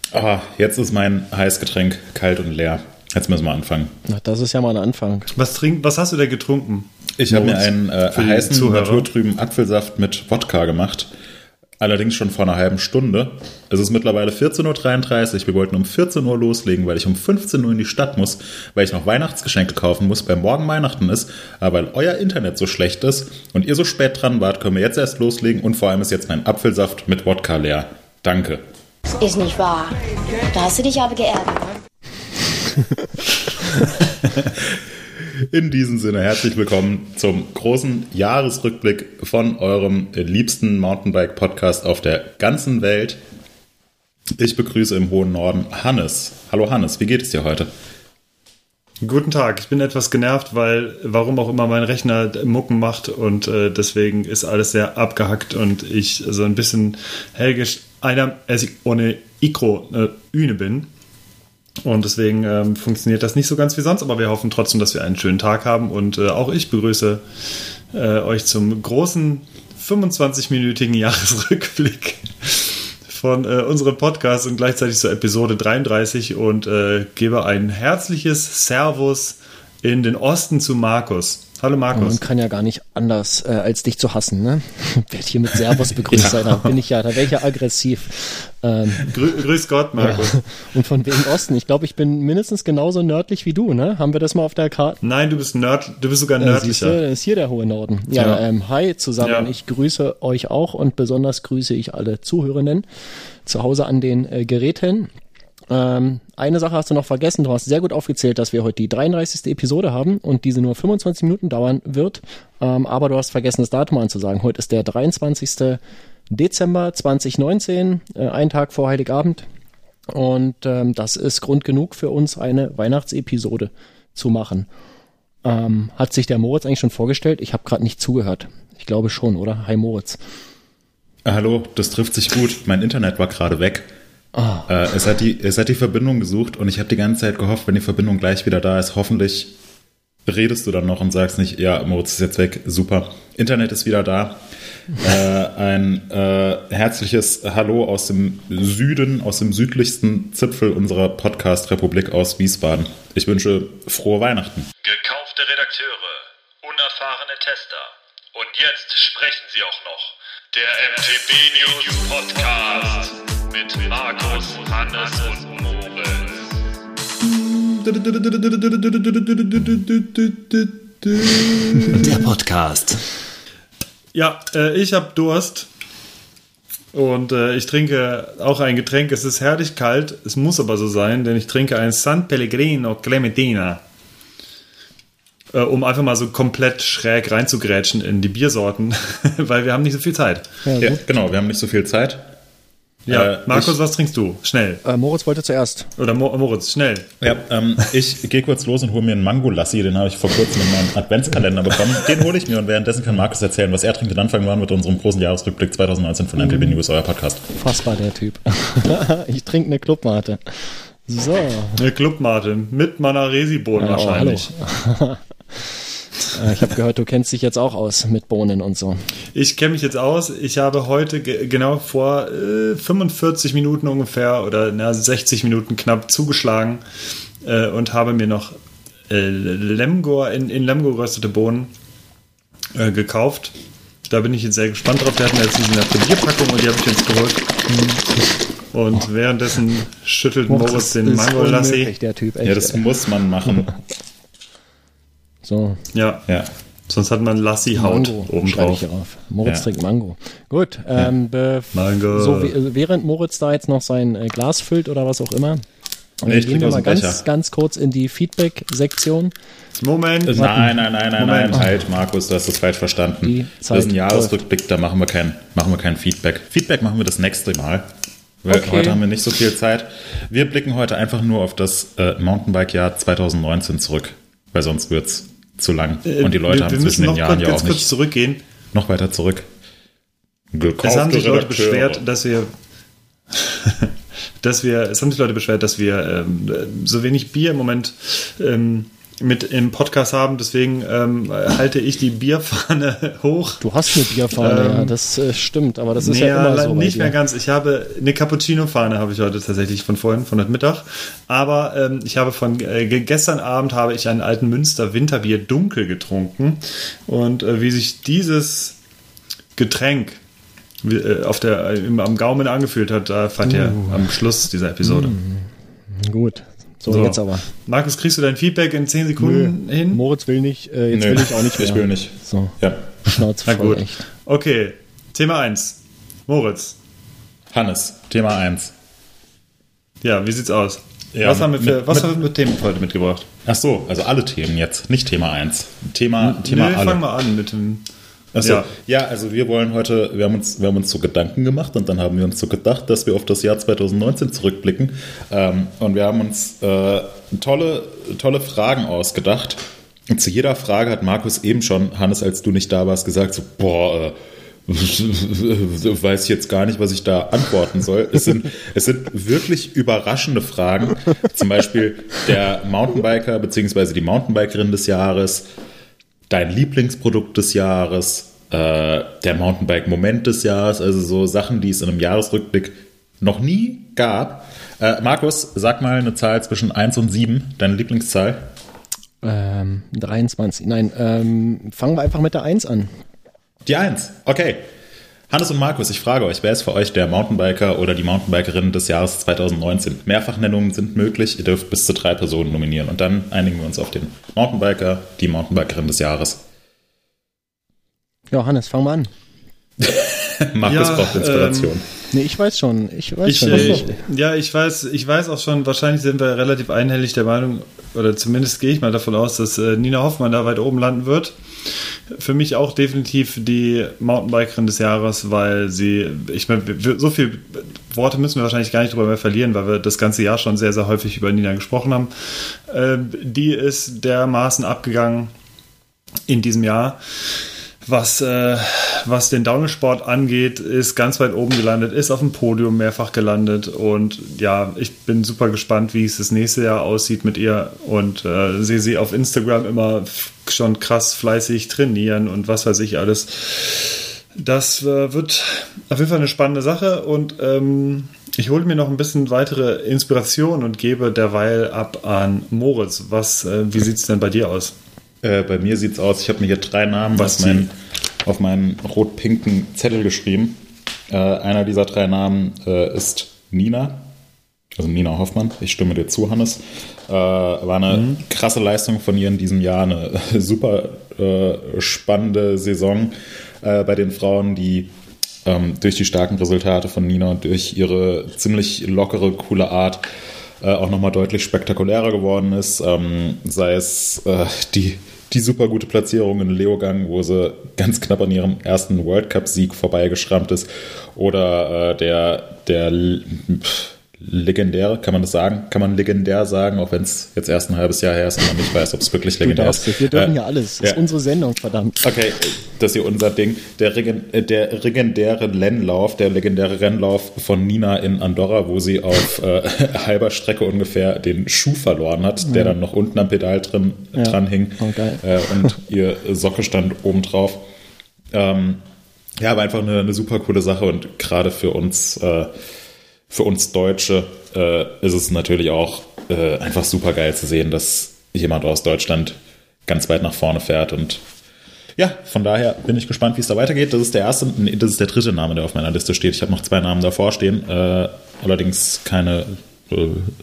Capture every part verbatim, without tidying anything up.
Ah, jetzt ist mein Heißgetränk kalt und leer. Jetzt müssen wir anfangen. Na, das ist ja mal ein Anfang. Was, trink, was hast du denn getrunken? Ich habe mir einen äh, heißen, naturtrüben Apfelsaft mit Wodka gemacht. Allerdings schon vor einer halben Stunde. Es ist mittlerweile vierzehn Uhr dreiunddreißig. Wir wollten um vierzehn Uhr loslegen, weil ich um fünfzehn Uhr in die Stadt muss, weil ich noch Weihnachtsgeschenke kaufen muss, weil morgen Weihnachten ist. Aber weil euer Internet so schlecht ist und ihr so spät dran wart, können wir jetzt erst loslegen. Und vor allem ist jetzt mein Apfelsaft mit Wodka leer. Danke. Ist nicht wahr. Da hast du dich aber geärgert. In diesem Sinne herzlich willkommen zum großen Jahresrückblick von eurem liebsten Mountainbike-Podcast auf der ganzen Welt. Ich begrüße im hohen Norden Hannes. Hallo Hannes, wie geht es dir heute? Guten Tag, ich bin etwas genervt, weil warum auch immer mein Rechner Mucken macht und äh, deswegen ist alles sehr abgehackt und ich so ein bisschen helgisch einer also ohne Ikro äh, Üne bin. Und deswegen ähm, funktioniert das nicht so ganz wie sonst, aber wir hoffen trotzdem, dass wir einen schönen Tag haben. Und äh, auch ich begrüße äh, euch zum großen fünfundzwanzig-minütigen Jahresrückblick von äh, unserem Podcast und gleichzeitig zur Episode dreiunddreißig und äh, gebe ein herzliches Servus in den Osten zu Markus. Hallo Markus. Man kann ja gar nicht anders, äh, als dich zu hassen, ne? Werd hier mit Servus begrüßt ja. sein, da bin ich ja, da wäre ich ja aggressiv. Ähm, Grü Grüß Gott, Markus. Ja. Und von wegen Osten, ich glaube, ich bin mindestens genauso nördlich wie du, ne? Haben wir das mal auf der Karte? Nein, du bist nörd, du bist sogar nördlicher. Äh, siehst du, ist hier der hohe Norden. Ja, ja. Ähm, hi zusammen, ja. Ich grüße euch auch und besonders grüße ich alle Zuhörenden zu Hause an den äh, Geräten. Ähm, eine Sache hast du noch vergessen, du hast sehr gut aufgezählt, dass wir heute die dreiunddreißigste Episode haben und diese nur fünfundzwanzig Minuten dauern wird, ähm, aber du hast vergessen, das Datum anzusagen. Heute ist der dreiundzwanzigste Dezember zweitausendneunzehn, äh, ein Tag vor Heiligabend und ähm, das ist Grund genug für uns, eine Weihnachtsepisode zu machen. Ähm, hat sich der Moritz eigentlich schon vorgestellt? Ich habe gerade nicht zugehört. Ich glaube schon, oder? Hi Moritz. Äh, hallo, das trifft sich gut. Mein Internet war gerade weg. Oh. Äh, es, hat die, es hat die Verbindung gesucht und ich habe die ganze Zeit gehofft, wenn die Verbindung gleich wieder da ist, hoffentlich redest du dann noch und sagst nicht, ja, Moritz ist jetzt weg, super. Internet ist wieder da. äh, ein äh, herzliches Hallo aus dem Süden, aus dem südlichsten Zipfel unserer Podcast-Republik aus Wiesbaden. Ich wünsche frohe Weihnachten. Gekaufte Redakteure, unerfahrene Tester und jetzt sprechen sie auch noch. Der M T B News Podcast. Mit Markus, Hannes und Moritz. Der Podcast. Ja, äh, ich habe Durst und äh, ich trinke auch ein Getränk. Es ist herrlich kalt, es muss aber so sein, denn ich trinke ein San Pellegrino Clementina. Äh, um einfach mal so komplett schräg reinzugrätschen in die Biersorten, weil wir haben nicht so viel Zeit. Ja, ja, genau, wir haben nicht so viel Zeit. Ja, äh, Markus, ich, was trinkst du? Schnell. Äh, Moritz wollte zuerst. Oder Mo- Moritz, schnell. Ja, ähm, ich gehe kurz los und hole mir einen Mango-Lassi, den habe ich vor kurzem in meinem Adventskalender bekommen. Den hole ich mir und währenddessen kann Markus erzählen, was er trinkt. Und anfangen wir an mit unserem großen Jahresrückblick zweitausendneunzehn von M T B News, euer Podcast. Fassbar, der Typ. Ich trinke eine Clubmate. So. Eine Clubmate mit Manaresi-Bohnen ja, wahrscheinlich. Oh, ich habe gehört, du kennst dich jetzt auch aus mit Bohnen und so. Ich kenne mich jetzt aus. Ich habe heute ge- genau vor äh, fünfundvierzig Minuten ungefähr oder na, sechzig Minuten knapp zugeschlagen äh, und habe mir noch äh, Lemgo in, in Lemgo geröstete Bohnen äh, gekauft. Da bin ich jetzt sehr gespannt drauf. Wir hatten jetzt diese Bierpackung und die habe ich jetzt geholt. Und oh. währenddessen schüttelt Moritz, Moritz den Mango-Lassi. Der Typ, echt. Ja, das muss man machen. So. Ja. ja. Sonst hat man Lassi-Haut oben drauf. Moritz ja. trinkt Mango. Gut. Ähm, ja. Mango. So, wie, während Moritz da jetzt noch sein äh, Glas füllt oder was auch immer, nee, ich gehen wir mal ganz, ganz kurz in die Feedback-Sektion. Moment. Nein, nein, nein, nein, Moment. nein. Halt, Markus, du hast das falsch verstanden. Das ist ein Jahresrückblick, da machen wir kein, machen wir kein Feedback. Feedback machen wir das nächste Mal. Weil okay. Heute haben wir nicht so viel Zeit. Wir blicken heute einfach nur auf das äh, Mountainbike-Jahr zweitausendneunzehn zurück, weil sonst wird's zu lang. Und die Leute äh, wir, haben zwischen den Jahren ja auch nicht zurückgehen. Noch weiter zurück. Gekaufte es haben sich Leute beschwert, dass wir dass wir, es haben sich Leute beschwert, dass wir ähm, so wenig Bier im Moment ähm, mit im Podcast haben. Deswegen ähm, halte ich die Bierfahne hoch. Du hast eine Bierfahne, ähm, ja, das äh, stimmt, aber das ist nee, ja immer so. Nicht mehr ganz. Ich habe eine Cappuccino-Fahne habe ich heute tatsächlich von vorhin, von heute Mittag. Aber ähm, ich habe von äh, gestern Abend habe ich einen alten Münster Winterbier dunkel getrunken. Und äh, wie sich dieses Getränk wie, äh, auf der, äh, am Gaumen angefühlt hat, da fand uh. ihr am Schluss dieser Episode. Mm. Gut. So, so, jetzt aber. Markus, kriegst du dein Feedback in zehn Sekunden Nö. hin? Moritz will nicht, äh, jetzt Nö. will ich auch nicht mehr. Ich will nicht. So, ja. Schnauze voll, Na gut. Echt. Okay, Thema eins. Moritz. Hannes, Thema eins. Ja, wie sieht's aus? Ja, was haben wir für, mit, was mit, haben wir für Themen heute mitgebracht? Ach so, also alle Themen jetzt, nicht Thema eins. Thema, N- Thema Nö, alle. Fang mal an mit dem... Achso, ja. ja, also wir wollen heute, wir haben uns, wir haben uns so Gedanken gemacht und dann haben wir uns so gedacht, dass wir auf das Jahr zwanzig neunzehn zurückblicken ähm, und wir haben uns äh, tolle, tolle Fragen ausgedacht und zu jeder Frage hat Markus eben schon, Hannes, als du nicht da warst, gesagt so, boah, äh, weiß ich jetzt gar nicht, was ich da antworten soll. Es sind, es sind wirklich überraschende Fragen, zum Beispiel der Mountainbiker bzw. die Mountainbikerin des Jahres, dein Lieblingsprodukt des Jahres, äh, der Mountainbike-Moment des Jahres, also so Sachen, die es in einem Jahresrückblick noch nie gab. Äh, Markus, sag mal eine Zahl zwischen eins und sieben, deine Lieblingszahl. Ähm, dreiundzwanzig, nein, ähm, fangen wir einfach mit der eins an. Die eins, okay. Hannes und Markus, ich frage euch, wer ist für euch der Mountainbiker oder die Mountainbikerin des Jahres zwanzig neunzehn? Mehrfachnennungen sind möglich, ihr dürft bis zu drei Personen nominieren und dann einigen wir uns auf den Mountainbiker, die Mountainbikerin des Jahres. Ja, Hannes, fang mal an. Markus ja, braucht Inspiration. Ähm, nee, ich weiß schon. Ich weiß ich, schon. Ich, ja, ich weiß, ich weiß auch schon, wahrscheinlich sind wir relativ einhellig der Meinung, oder zumindest gehe ich mal davon aus, dass äh, Nina Hoffmann da weit oben landen wird. Für mich auch definitiv die Mountainbikerin des Jahres, weil sie, ich meine, so viele Worte müssen wir wahrscheinlich gar nicht drüber mehr verlieren, weil wir das ganze Jahr schon sehr, sehr häufig über Nina gesprochen haben. Ähm, die ist dermaßen abgegangen in diesem Jahr. Was, äh, was den Downhill-Sport angeht, ist ganz weit oben gelandet, ist auf dem Podium mehrfach gelandet und ja, ich bin super gespannt, wie es das nächste Jahr aussieht mit ihr und äh, sehe sie auf Instagram immer schon krass fleißig trainieren und was weiß ich alles. Das äh, wird auf jeden Fall eine spannende Sache und ähm, ich hole mir noch ein bisschen weitere Inspiration und gebe derweil ab an Moritz. Was, äh, wie sieht es denn bei dir aus? Äh, bei mir sieht es aus, ich habe mir hier drei Namen auf meinen, auf meinen rot-pinken Zettel geschrieben. Äh, einer dieser drei Namen äh, ist Nina, also Nina Hoffmann. Ich stimme dir zu, Hannes. Äh, war eine mhm. krasse Leistung von ihr in diesem Jahr, eine super äh, spannende Saison äh, bei den Frauen, die ähm, durch die starken Resultate von Nina und durch ihre ziemlich lockere, coole Art Äh, auch nochmal deutlich spektakulärer geworden ist, ähm, sei es äh, die, die super gute Platzierung in Leogang, wo sie ganz knapp an ihrem ersten World Cup-Sieg vorbeigeschrammt ist, oder äh, der, der pff, legendäre, kann man das sagen? Kann man legendär sagen, auch wenn es jetzt erst ein halbes Jahr her ist und man nicht weiß, ob es wirklich legendär ist. Wir dürfen äh, ja alles. Das ja. ist unsere Sendung, verdammt. Okay, das ist hier unser Ding. Der, der legendäre Rennlauf, der legendäre Rennlauf von Nina in Andorra, wo sie auf äh, halber Strecke ungefähr den Schuh verloren hat, ja. der dann noch unten am Pedal drin, ja. dran hing oh, äh, und ihr Socke stand oben drauf. Ähm, ja, aber einfach eine, eine super coole Sache und gerade für uns äh, Für uns Deutsche äh, ist es natürlich auch äh, einfach super geil zu sehen, dass jemand aus Deutschland ganz weit nach vorne fährt. Und ja, von daher bin ich gespannt, wie es da weitergeht. Das ist der erste, nee, das ist der dritte Name, der auf meiner Liste steht. Ich habe noch zwei Namen davor stehen, äh, allerdings keine, äh,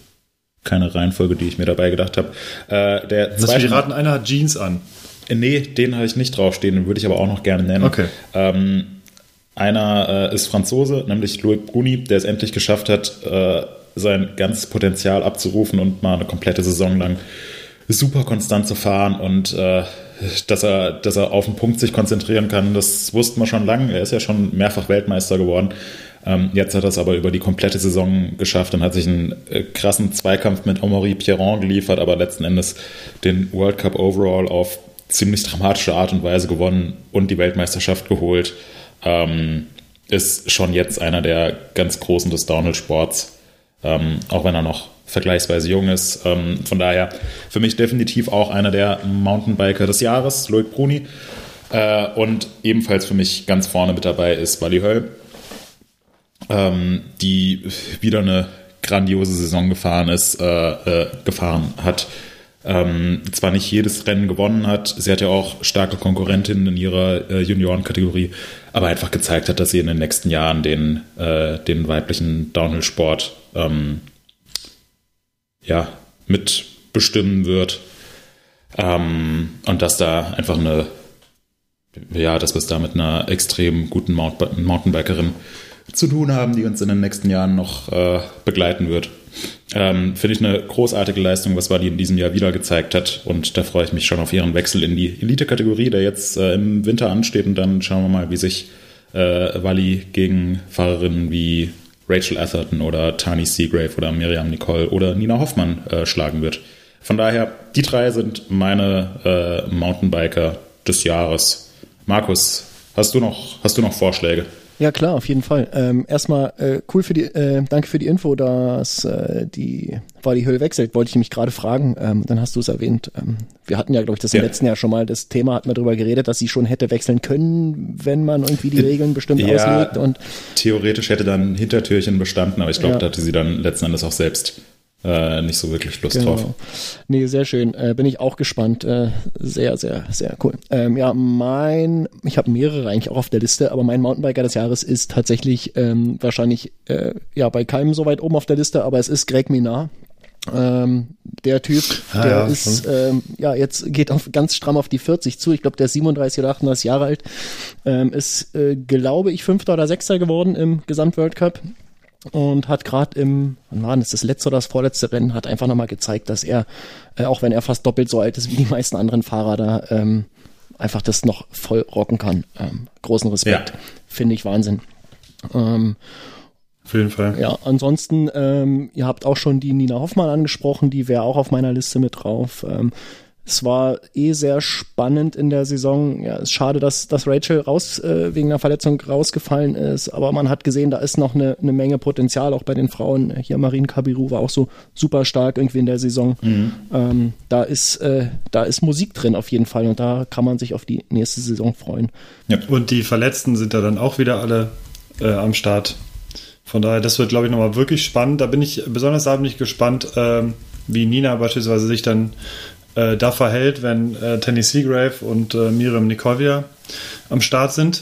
keine Reihenfolge, die ich mir dabei gedacht habe. Äh, der Lass mich raten, einer hat Jeans an. Nee, den habe ich nicht draufstehen, den würde ich aber auch noch gerne nennen. Okay. Ähm, Einer äh, ist Franzose, nämlich Loic Bruni, der es endlich geschafft hat, äh, sein ganzes Potenzial abzurufen und mal eine komplette Saison lang super konstant zu fahren und äh, dass er, dass er auf den Punkt sich konzentrieren kann, das wussten wir schon lange. Er ist ja schon mehrfach Weltmeister geworden. Ähm, jetzt hat er es aber über die komplette Saison geschafft und hat sich einen äh, krassen Zweikampf mit Amaury Pierron geliefert, aber letzten Endes den World Cup Overall auf ziemlich dramatische Art und Weise gewonnen und die Weltmeisterschaft geholt. Ähm, ist schon jetzt einer der ganz Großen des Downhill-Sports, ähm, auch wenn er noch vergleichsweise jung ist. Ähm, von daher für mich definitiv auch einer der Mountainbiker des Jahres, Loic Bruni. Äh, und ebenfalls für mich ganz vorne mit dabei ist Wally Höll, ähm, die wieder eine grandiose Saison gefahren ist, äh, äh, gefahren hat. Ähm, zwar nicht jedes Rennen gewonnen hat, sie hat ja auch starke Konkurrentinnen in ihrer äh, Juniorenkategorie, aber einfach gezeigt hat, dass sie in den nächsten Jahren den, äh, den weiblichen Downhill-Sport ähm, ja, mitbestimmen wird. Ähm, und dass da einfach eine, ja, dass wir es da mit einer extrem guten Mount- Mountainbikerin zu tun haben, die uns in den nächsten Jahren noch äh, begleiten wird. Ähm, finde ich eine großartige Leistung, was Wally in diesem Jahr wieder gezeigt hat. Und da freue ich mich schon auf ihren Wechsel in die Elite-Kategorie, der jetzt äh, im Winter ansteht. Und dann schauen wir mal, wie sich äh, Wally gegen Fahrerinnen wie Rachel Atherton oder Tani Seagrave oder Miriam Nicole oder Nina Hoffmann äh, schlagen wird. Von daher, die drei sind meine äh, Mountainbiker des Jahres. Markus, hast du noch, hast du noch Vorschläge? Ja, klar, auf jeden Fall. Ähm, erstmal äh, cool für die, äh, danke für die Info, dass äh, die Wally Höll wechselt, wollte ich mich gerade fragen. Ähm, dann hast du es erwähnt. Ähm, wir hatten ja, glaube ich, das im ja. letzten Jahr schon mal, das Thema hatten wir darüber geredet, dass sie schon hätte wechseln können, wenn man irgendwie die Regeln bestimmt ja, auslegt. Und theoretisch hätte dann ein Hintertürchen bestanden, aber ich glaube, ja. da hatte sie dann letzten Endes auch selbst Äh, nicht so wirklich Lust genau. drauf. Nee, sehr schön. Äh, bin ich auch gespannt. Äh, sehr, sehr, sehr cool. Ähm, ja, mein, ich habe mehrere eigentlich auch auf der Liste, aber mein Mountainbiker des Jahres ist tatsächlich ähm, wahrscheinlich äh, ja bei keinem so weit oben auf der Liste, aber es ist Greg Minnaar. Ähm, der Typ, ah, der ja, ist ähm, ja jetzt geht auf, ganz stramm auf die vierzig zu. Ich glaube, der ist siebenunddreißig oder achtunddreißig Jahre alt. Ähm, ist, äh, glaube ich, Fünfter oder Sechster geworden im Gesamt-World Cup. Und hat gerade im, wann war das, das letzte oder das vorletzte Rennen, hat einfach nochmal gezeigt, dass er, äh, auch wenn er fast doppelt so alt ist wie die meisten anderen Fahrer da, ähm, einfach das noch voll rocken kann. Ähm, großen Respekt. Ja. Finde ich Wahnsinn. Ähm, Auf jeden Fall. Ja, ansonsten, ähm, ihr habt auch schon die Nina Hoffmann angesprochen, die wäre auch auf meiner Liste mit drauf. Ähm, Es war eh sehr spannend in der Saison. Ja, ist schade, dass, dass Rachel raus äh, wegen einer Verletzung rausgefallen ist, aber man hat gesehen, da ist noch eine, eine Menge Potenzial, auch bei den Frauen. Hier Marine Kabiru war auch so super stark irgendwie in der Saison. Mhm. Ähm, da ist äh, da ist Musik drin auf jeden Fall und da kann man sich auf die nächste Saison freuen. Ja, und die Verletzten sind da dann auch wieder alle äh, am Start. Von daher, das wird, glaube ich, nochmal wirklich spannend. Da bin ich, besonders da bin ich gespannt, äh, wie Nina beispielsweise sich dann Äh, da verhält, wenn äh, Tani Seagrave und äh, Miriam Nicole wieder am Start sind.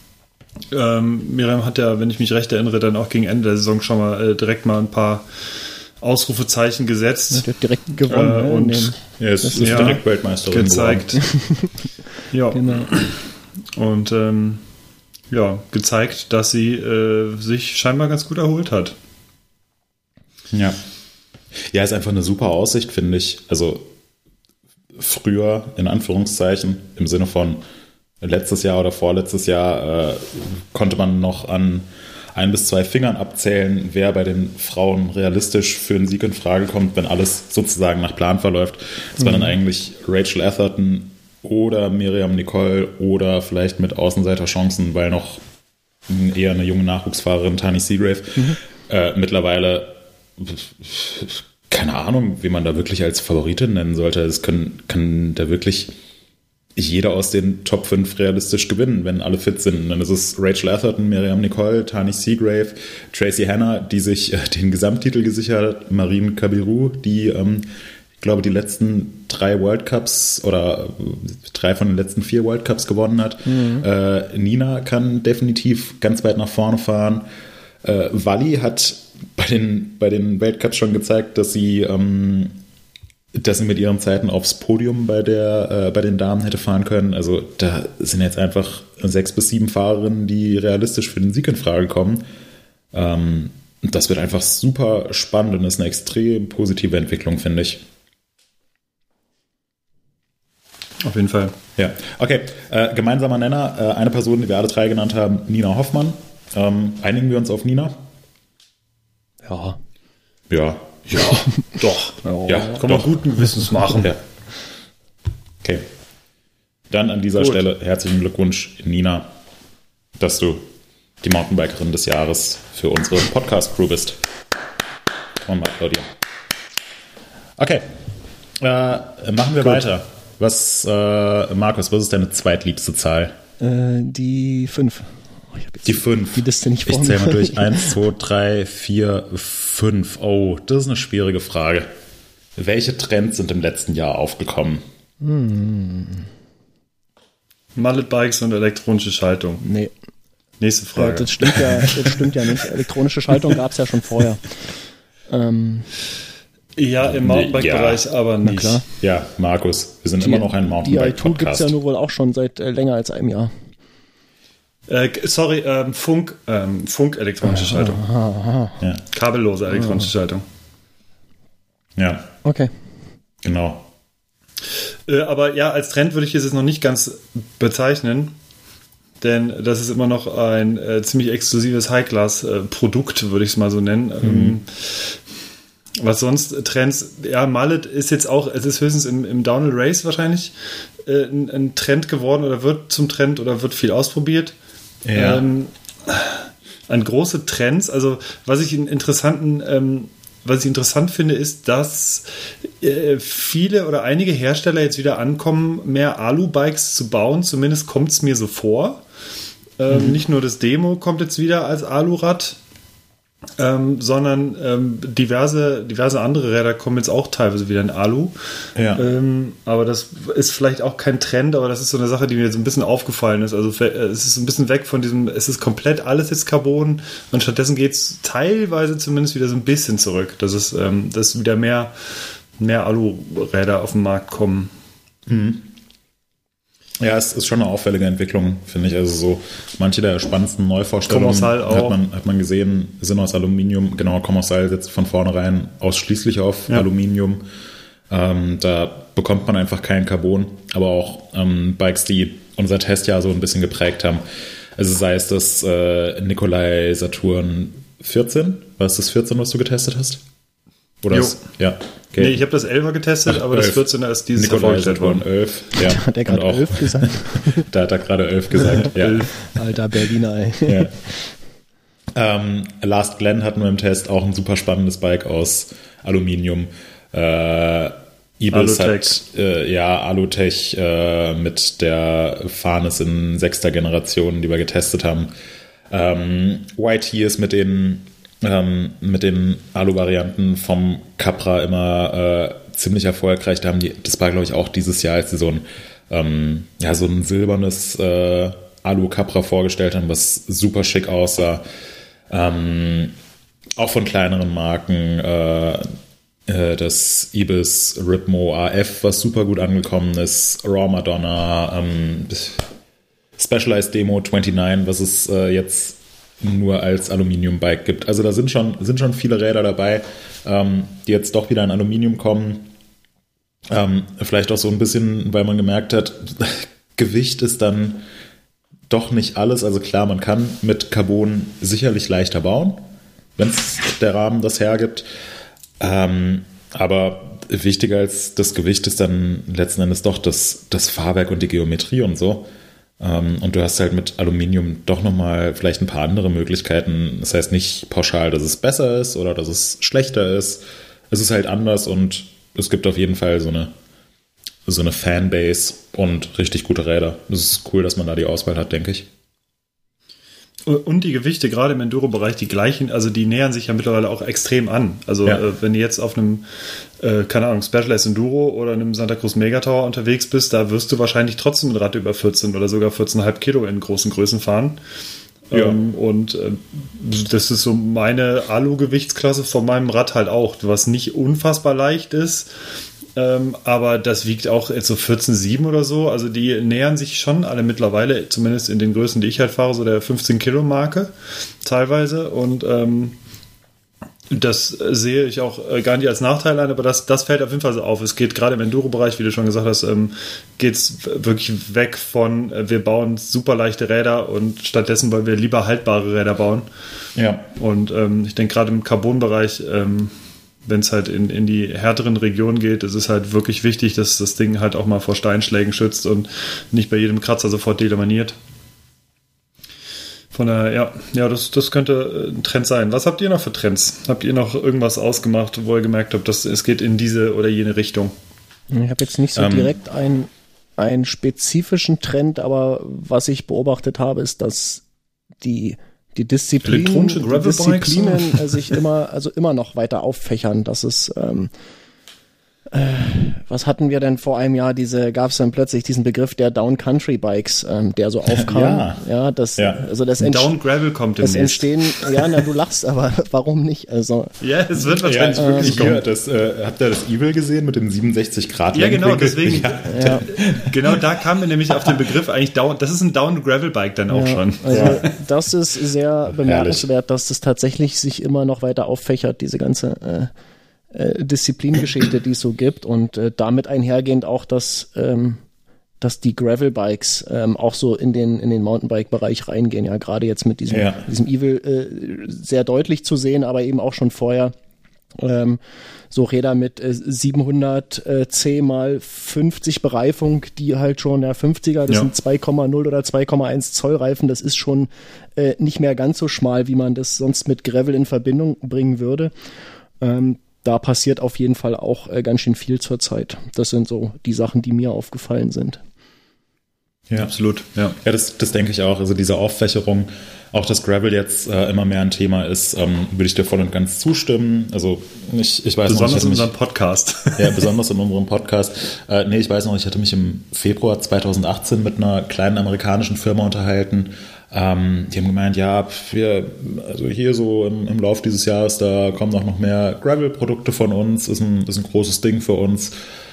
Ähm, Miriam hat ja, wenn ich mich recht erinnere, dann auch gegen Ende der Saison schon mal äh, direkt mal ein paar Ausrufezeichen gesetzt. Ja, direkt gewonnen. Äh, ne? und ja, es ist ja, direkt Weltmeisterin gezeigt. ja. Genau. Und ähm, ja, gezeigt, dass sie äh, sich scheinbar ganz gut erholt hat. Ja. Ja, ist einfach eine super Aussicht, finde ich. Also früher, in Anführungszeichen, im Sinne von letztes Jahr oder vorletztes Jahr, äh, konnte man noch an ein bis zwei Fingern abzählen, wer bei den Frauen realistisch für einen Sieg in Frage kommt, wenn alles sozusagen nach Plan verläuft. Das mhm. war dann eigentlich Rachel Atherton oder Miriam Nicole oder vielleicht mit Außenseiterchancen, weil noch eher eine junge Nachwuchsfahrerin, Tani Seagrave, mhm. äh, mittlerweile keine Ahnung, wie man da wirklich als Favoritin nennen sollte. Es können, kann da wirklich jeder aus den Top fünf realistisch gewinnen, wenn alle fit sind. Und dann ist es Rachel Atherton, Miriam Nicole, Tani Seagrave, Tracy Hanna, die sich äh, den Gesamttitel gesichert hat, Marine Kabiru, die, ähm, ich glaube, die letzten drei World Cups oder drei von den letzten vier World Cups gewonnen hat. Mhm. Äh, Nina kann definitiv ganz weit nach vorne fahren. Äh, Wally hat bei den, bei den Weltcups schon gezeigt, dass sie, ähm, dass sie mit ihren Zeiten aufs Podium bei, der, äh, bei den Damen hätte fahren können. Also da sind jetzt einfach sechs bis sieben Fahrerinnen, die realistisch für den Sieg in Frage kommen. Ähm, das wird einfach super spannend und ist eine extrem positive Entwicklung, finde ich. Auf jeden Fall. Ja, okay. Äh, gemeinsamer Nenner, äh, eine Person, die wir alle drei genannt haben, Nina Hoffmann. Ähm, einigen wir uns auf Nina? Ja. Ja. Ja, doch. Ja, kann man guten Gewissens machen. Ja. Okay. Dann an dieser Gut. Stelle herzlichen Glückwunsch, Nina, dass du die Mountainbikerin des Jahres für unsere Podcast-Crew bist. Komm mal, Claudia. Okay, äh, machen wir Gut. weiter. Was, äh, Markus, was ist deine zweitliebste Zahl? Äh, die fünf. Oh, die fünf. Die Liste nicht ich zähle mal durch. eins, zwei, drei, vier, fünf. Oh, das ist eine schwierige Frage. Welche Trends sind im letzten Jahr aufgekommen? Hm. Mallet-Bikes und elektronische Schaltung. Nee. Nächste Frage. Ja, das stimmt ja, das stimmt ja nicht. Elektronische Schaltung gab es ja schon vorher. Ähm, ja, im Mountainbike-Bereich, ja, aber nicht. Klar. Ja, Markus, wir sind die, immer noch ein Mountainbike-Podcast. Die I zwei gibt es ja nur wohl auch schon seit äh, länger als einem Jahr. Äh, sorry, ähm, Funk, ähm, Funk elektronische aha, Schaltung. Aha, aha. Ja. Kabellose elektronische aha. Schaltung. Ja. Okay. Genau. Äh, aber ja, als Trend würde ich es jetzt noch nicht ganz bezeichnen, denn das ist immer noch ein äh, ziemlich exklusives High-Class-Produkt, äh, würde ich es mal so nennen. Mhm. Ähm, was sonst Trends, ja, Mallet ist jetzt auch, es ist höchstens im, im Downhill Race wahrscheinlich äh, ein, ein Trend geworden oder wird zum Trend oder wird viel ausprobiert. Ja. Ähm, an große Trends, also was ich einen interessanten ähm, Was ich interessant finde, ist, dass äh, viele oder einige Hersteller jetzt wieder ankommen, mehr Alu-Bikes zu bauen. Zumindest kommt es mir so vor. Ähm, mhm. Nicht nur das Demo kommt jetzt wieder als Alurad, ähm, sondern ähm, diverse, diverse andere Räder kommen jetzt auch teilweise wieder in Alu. Ja. Ähm, aber das ist vielleicht auch kein Trend, aber das ist so eine Sache, die mir jetzt ein bisschen aufgefallen ist. Also es ist ein bisschen weg von diesem, es ist komplett alles jetzt Carbon und stattdessen geht es teilweise zumindest wieder so ein bisschen zurück, dass es ähm, dass wieder mehr, mehr Alu-Räder auf den Markt kommen. Mhm. Ja, es ist schon eine auffällige Entwicklung, finde ich. Also so manche der spannendsten Neuvorstellungen hat man, hat man gesehen, sind aus Aluminium. Genau, Commercial setzt von vornherein ausschließlich auf ja. Aluminium. Ähm, da bekommt man einfach kein Carbon, aber auch ähm, Bikes, die unser Testjahr so ein bisschen geprägt haben. Also sei es das äh, Nikolai Saturn vierzehn, war es das vierzehn, was du getestet hast? Oder das, ja. Okay. Nee, ich habe das elfer getestet, Ach, aber elf. Das vierzehner ist dieses Jahr vorgestellt worden. elf, ja. Da hat er gerade elf gesagt. Da hat er gerade elf gesagt, ja. Alter Berliner, ey. Ja. Ähm, Last Glen hatten wir im Test auch ein super spannendes Bike aus Aluminium. Äh, Ibis hat äh, ja Alutech äh, mit der Fahrnis in sechster Generation, die wir getestet haben. Ähm, Y T ist mit den ähm, mit den Alu-Varianten vom Capra immer äh, ziemlich erfolgreich. Da haben die, das war glaube ich auch dieses Jahr, als sie so ein ähm, ja so ein silbernes äh, Alu-Capra vorgestellt haben, was super schick aussah. Ähm, auch von kleineren Marken. Äh, das Ibis Ripmo A F, was super gut angekommen ist, Raw Madonna, ähm, Specialized Demo neunundzwanzig, was es äh, jetzt nur als Aluminium-Bike gibt. Also da sind schon, sind schon viele Räder dabei, ähm, die jetzt doch wieder in Aluminium kommen. Ähm, vielleicht auch so ein bisschen, weil man gemerkt hat, Gewicht ist dann doch nicht alles. Also klar, man kann mit Carbon sicherlich leichter bauen, wenn es der Rahmen das hergibt. Ähm, aber wichtiger als das Gewicht ist dann letzten Endes doch das, das Fahrwerk und die Geometrie und so. Ähm, und du hast halt mit Aluminium doch nochmal vielleicht ein paar andere Möglichkeiten. Das heißt nicht pauschal, dass es besser ist oder dass es schlechter ist. Es ist halt anders und es gibt auf jeden Fall so eine, so eine Fanbase und richtig gute Räder. Es ist cool, dass man da die Auswahl hat, denke ich. Und die Gewichte, gerade im Enduro-Bereich, die gleichen, also die nähern sich ja mittlerweile auch extrem an. Also ja. äh, wenn du jetzt auf einem, äh, keine Ahnung, Specialized Enduro oder einem Santa Cruz Megatower unterwegs bist, da wirst du wahrscheinlich trotzdem ein Rad über vierzehn oder sogar vierzehn Komma fünf Kilo in großen Größen fahren. Ja. Ähm, und äh, das ist so meine Alu-Gewichtsklasse von meinem Rad halt auch, was nicht unfassbar leicht ist. Ähm, aber das wiegt auch jetzt so vierzehn Komma sieben oder so. Also die nähern sich schon alle mittlerweile, zumindest in den Größen, die ich halt fahre, so der fünfzehn Kilo Marke teilweise. Und ähm, das sehe ich auch äh, gar nicht als Nachteil an, aber das, das fällt auf jeden Fall so auf. Es geht gerade im Enduro-Bereich, wie du schon gesagt hast, ähm, geht es wirklich weg von, äh, wir bauen super leichte Räder und stattdessen wollen wir lieber haltbare Räder bauen. Ja. Und ähm, ich denke gerade im Carbon-Bereich, ähm, wenn es halt in, in die härteren Regionen geht, ist es halt wirklich wichtig, dass das Ding halt auch mal vor Steinschlägen schützt und nicht bei jedem Kratzer sofort delaminiert. Von daher, ja, ja das, das könnte ein Trend sein. Was habt ihr noch für Trends? Habt ihr noch irgendwas ausgemacht, wo ihr gemerkt habt, dass es geht in diese oder jene Richtung? Ich habe jetzt nicht so ähm, direkt einen, einen spezifischen Trend, aber was ich beobachtet habe, ist, dass die, die Disziplinen, die Disziplinen sich immer, also immer noch weiter auffächern, dass es ähm, Äh, was hatten wir denn vor einem Jahr? Diese gab es dann plötzlich diesen Begriff der Down Country Bikes, ähm, der so aufkam. Ja, ja das, ja. also das Down Gravel kommt das entstehen. Ja, na, du lachst, aber warum nicht? Also ja, es wird wahrscheinlich ja, wirklich ähm, kommen. Das, äh, habt ihr das Evil gesehen mit dem siebenundsechzig Grad? Ja, genau. Deswegen. Ja. Ja. Genau, da kam mir nämlich auf den Begriff eigentlich Down. Das ist ein Down Gravel Bike dann auch ja, schon. Also ja. das ist sehr bemerkenswert, dass das tatsächlich sich immer noch weiter auffächert, diese ganze äh, Disziplingeschichte, die es so gibt, und äh, damit einhergehend auch, dass, ähm, dass die Gravel-Bikes ähm, auch so in den, in den Mountainbike-Bereich reingehen, ja, gerade jetzt mit diesem, ja. diesem Evil äh, sehr deutlich zu sehen, aber eben auch schon vorher ähm, so Räder mit äh, siebenhundert C mal fünfzig Bereifung, die halt schon, ja, fünfziger, das ja. sind zwei Komma null oder zwei Komma eins Zoll Reifen, das ist schon äh, nicht mehr ganz so schmal, wie man das sonst mit Gravel in Verbindung bringen würde. Ähm, Da passiert auf jeden Fall auch äh, ganz schön viel zurzeit. Das sind so die Sachen, die mir aufgefallen sind. Ja, absolut. Ja, ja das, das denke ich auch. Also diese Auffächerung, auch dass Gravel jetzt äh, immer mehr ein Thema ist, ähm, würde ich dir voll und ganz zustimmen. Also ich, ich weiß besonders noch, ich in unserem mich, Podcast. Ja, besonders in unserem Podcast. Äh, nee, ich weiß noch, ich hatte mich im Februar zweitausendachtzehn mit einer kleinen amerikanischen Firma unterhalten. Ähm, die haben gemeint, ja, wir, also hier so im, im Lauf dieses Jahres, da kommen auch noch mehr Gravel-Produkte von uns, ist ein, ist ein großes Ding für uns.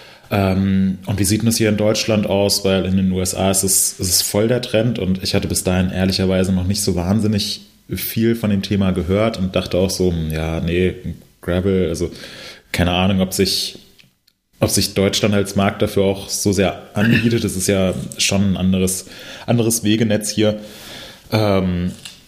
Ähm, und wie sieht denn das hier in Deutschland aus? Weil in den U S A ist es, ist es voll der Trend, und ich hatte bis dahin ehrlicherweise noch nicht so wahnsinnig viel von dem Thema gehört und dachte auch so, ja, nee, Gravel, also keine Ahnung, ob sich ob sich Deutschland als Markt dafür auch so sehr anbietet. Das ist ja schon ein anderes, anderes Wegenetz hier. Ähm,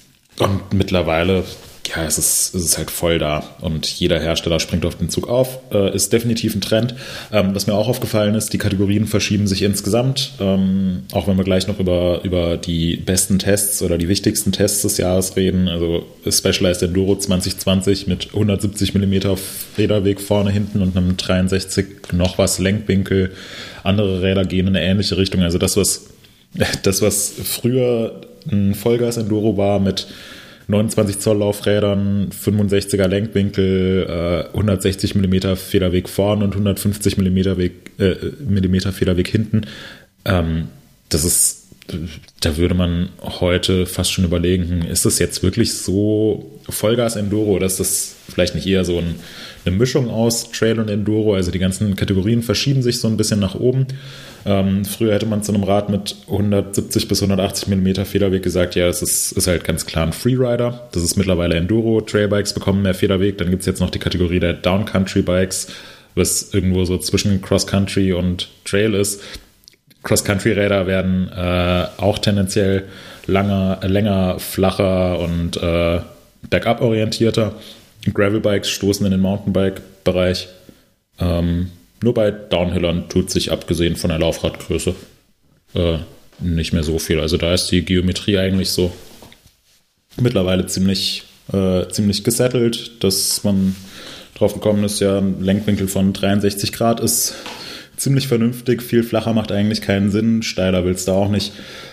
und mittlerweile, ja, es ist, es ist halt voll da, und jeder Hersteller springt auf den Zug auf. Äh, ist definitiv ein Trend. Ähm, was mir auch aufgefallen ist, die Kategorien verschieben sich insgesamt. Ähm, auch wenn wir gleich noch über, über die besten Tests oder die wichtigsten Tests des Jahres reden. Also Specialized Enduro zwanzig zwanzig mit hundertsiebzig Millimeter Federweg vorne, hinten und einem dreiundsechzig noch was Lenkwinkel. Andere Räder gehen in eine ähnliche Richtung. Also das, was, das, was früher ein Vollgas-Enduro war mit neunundzwanzig Zoll Laufrädern, fünfundsechziger Lenkwinkel, äh, hundertsechzig Millimeter Federweg vorne und hundertfünfzig Millimeter Weg, äh, Millimeter Federweg hinten. Ähm, das ist, da würde man heute fast schon überlegen, ist das jetzt wirklich so Vollgas-Enduro, oder ist das vielleicht nicht eher so ein, eine Mischung aus Trail und Enduro? Also die ganzen Kategorien verschieben sich so ein bisschen nach oben. Ähm, früher hätte man zu einem Rad mit hundertsiebzig bis hundertachtzig Millimeter Federweg gesagt, ja, das ist, ist halt ganz klar ein Freerider. Das ist mittlerweile Enduro. Trailbikes bekommen mehr Federweg. Dann gibt es jetzt noch die Kategorie der Down-Country-Bikes, was irgendwo so zwischen Cross-Country und Trail ist. Cross-Country-Räder werden äh, auch tendenziell langer, länger, flacher und äh, bergab orientierter. Gravel-Bikes stoßen in den Mountainbike-Bereich. Ähm, Nur bei Downhillern tut sich, abgesehen von der Laufradgröße, äh, nicht mehr so viel. Also da ist die Geometrie eigentlich so mittlerweile ziemlich, äh, ziemlich gesettelt, dass man drauf gekommen ist, ja, ein Lenkwinkel von dreiundsechzig Grad ist ziemlich vernünftig. Viel flacher macht eigentlich keinen Sinn. Steiler willst du auch nicht.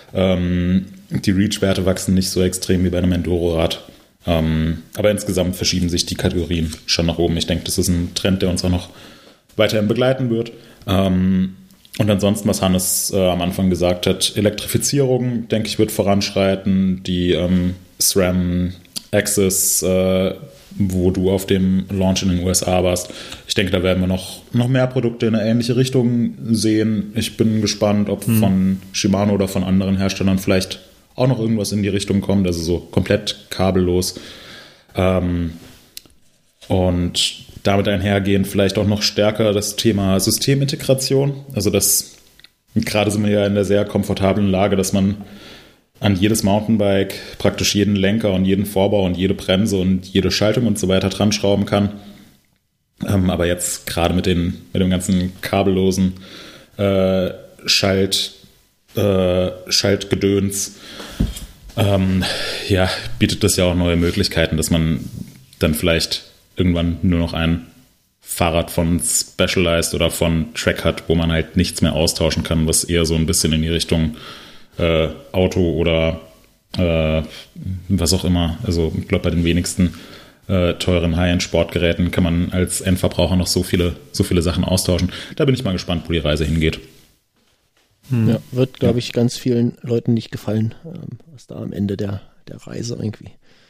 Ähm, die Reach-Werte wachsen nicht so extrem wie bei einem Enduro-Rad. Ähm, aber insgesamt verschieben sich die Kategorien schon nach oben. Ich denke, das ist ein Trend, der uns auch noch weiterhin begleiten wird. Ähm, und ansonsten, was Hannes äh, am Anfang gesagt hat, Elektrifizierung, denke ich, wird voranschreiten. Die ähm, SRAM Access, äh, wo du auf dem Launch in den U S A warst, ich denke, da werden wir noch, noch mehr Produkte in eine ähnliche Richtung sehen. Ich bin gespannt, ob hm. von Shimano oder von anderen Herstellern vielleicht auch noch irgendwas in die Richtung kommt, also so komplett kabellos. Ähm, und damit einhergehend vielleicht auch noch stärker das Thema Systemintegration. Also das, gerade sind wir ja in der sehr komfortablen Lage, dass man an jedes Mountainbike praktisch jeden Lenker und jeden Vorbau und jede Bremse und jede Schaltung und so weiter dran schrauben kann. Ähm, aber jetzt gerade mit, den, mit dem ganzen kabellosen äh, Schalt, äh, Schaltgedöns Ähm, ja, bietet das ja auch neue Möglichkeiten, dass man dann vielleicht irgendwann nur noch ein Fahrrad von Specialized oder von Trek hat, wo man halt nichts mehr austauschen kann, was eher so ein bisschen in die Richtung äh, Auto oder äh, was auch immer, also ich glaube bei den wenigsten äh, teuren High-End-Sportgeräten kann man als Endverbraucher noch so viele, so viele Sachen austauschen. Da bin ich mal gespannt, wo die Reise hingeht. Hm. Ja, wird, glaube ich, ganz vielen Leuten nicht gefallen, ähm, was da am Ende der, der Reise irgendwie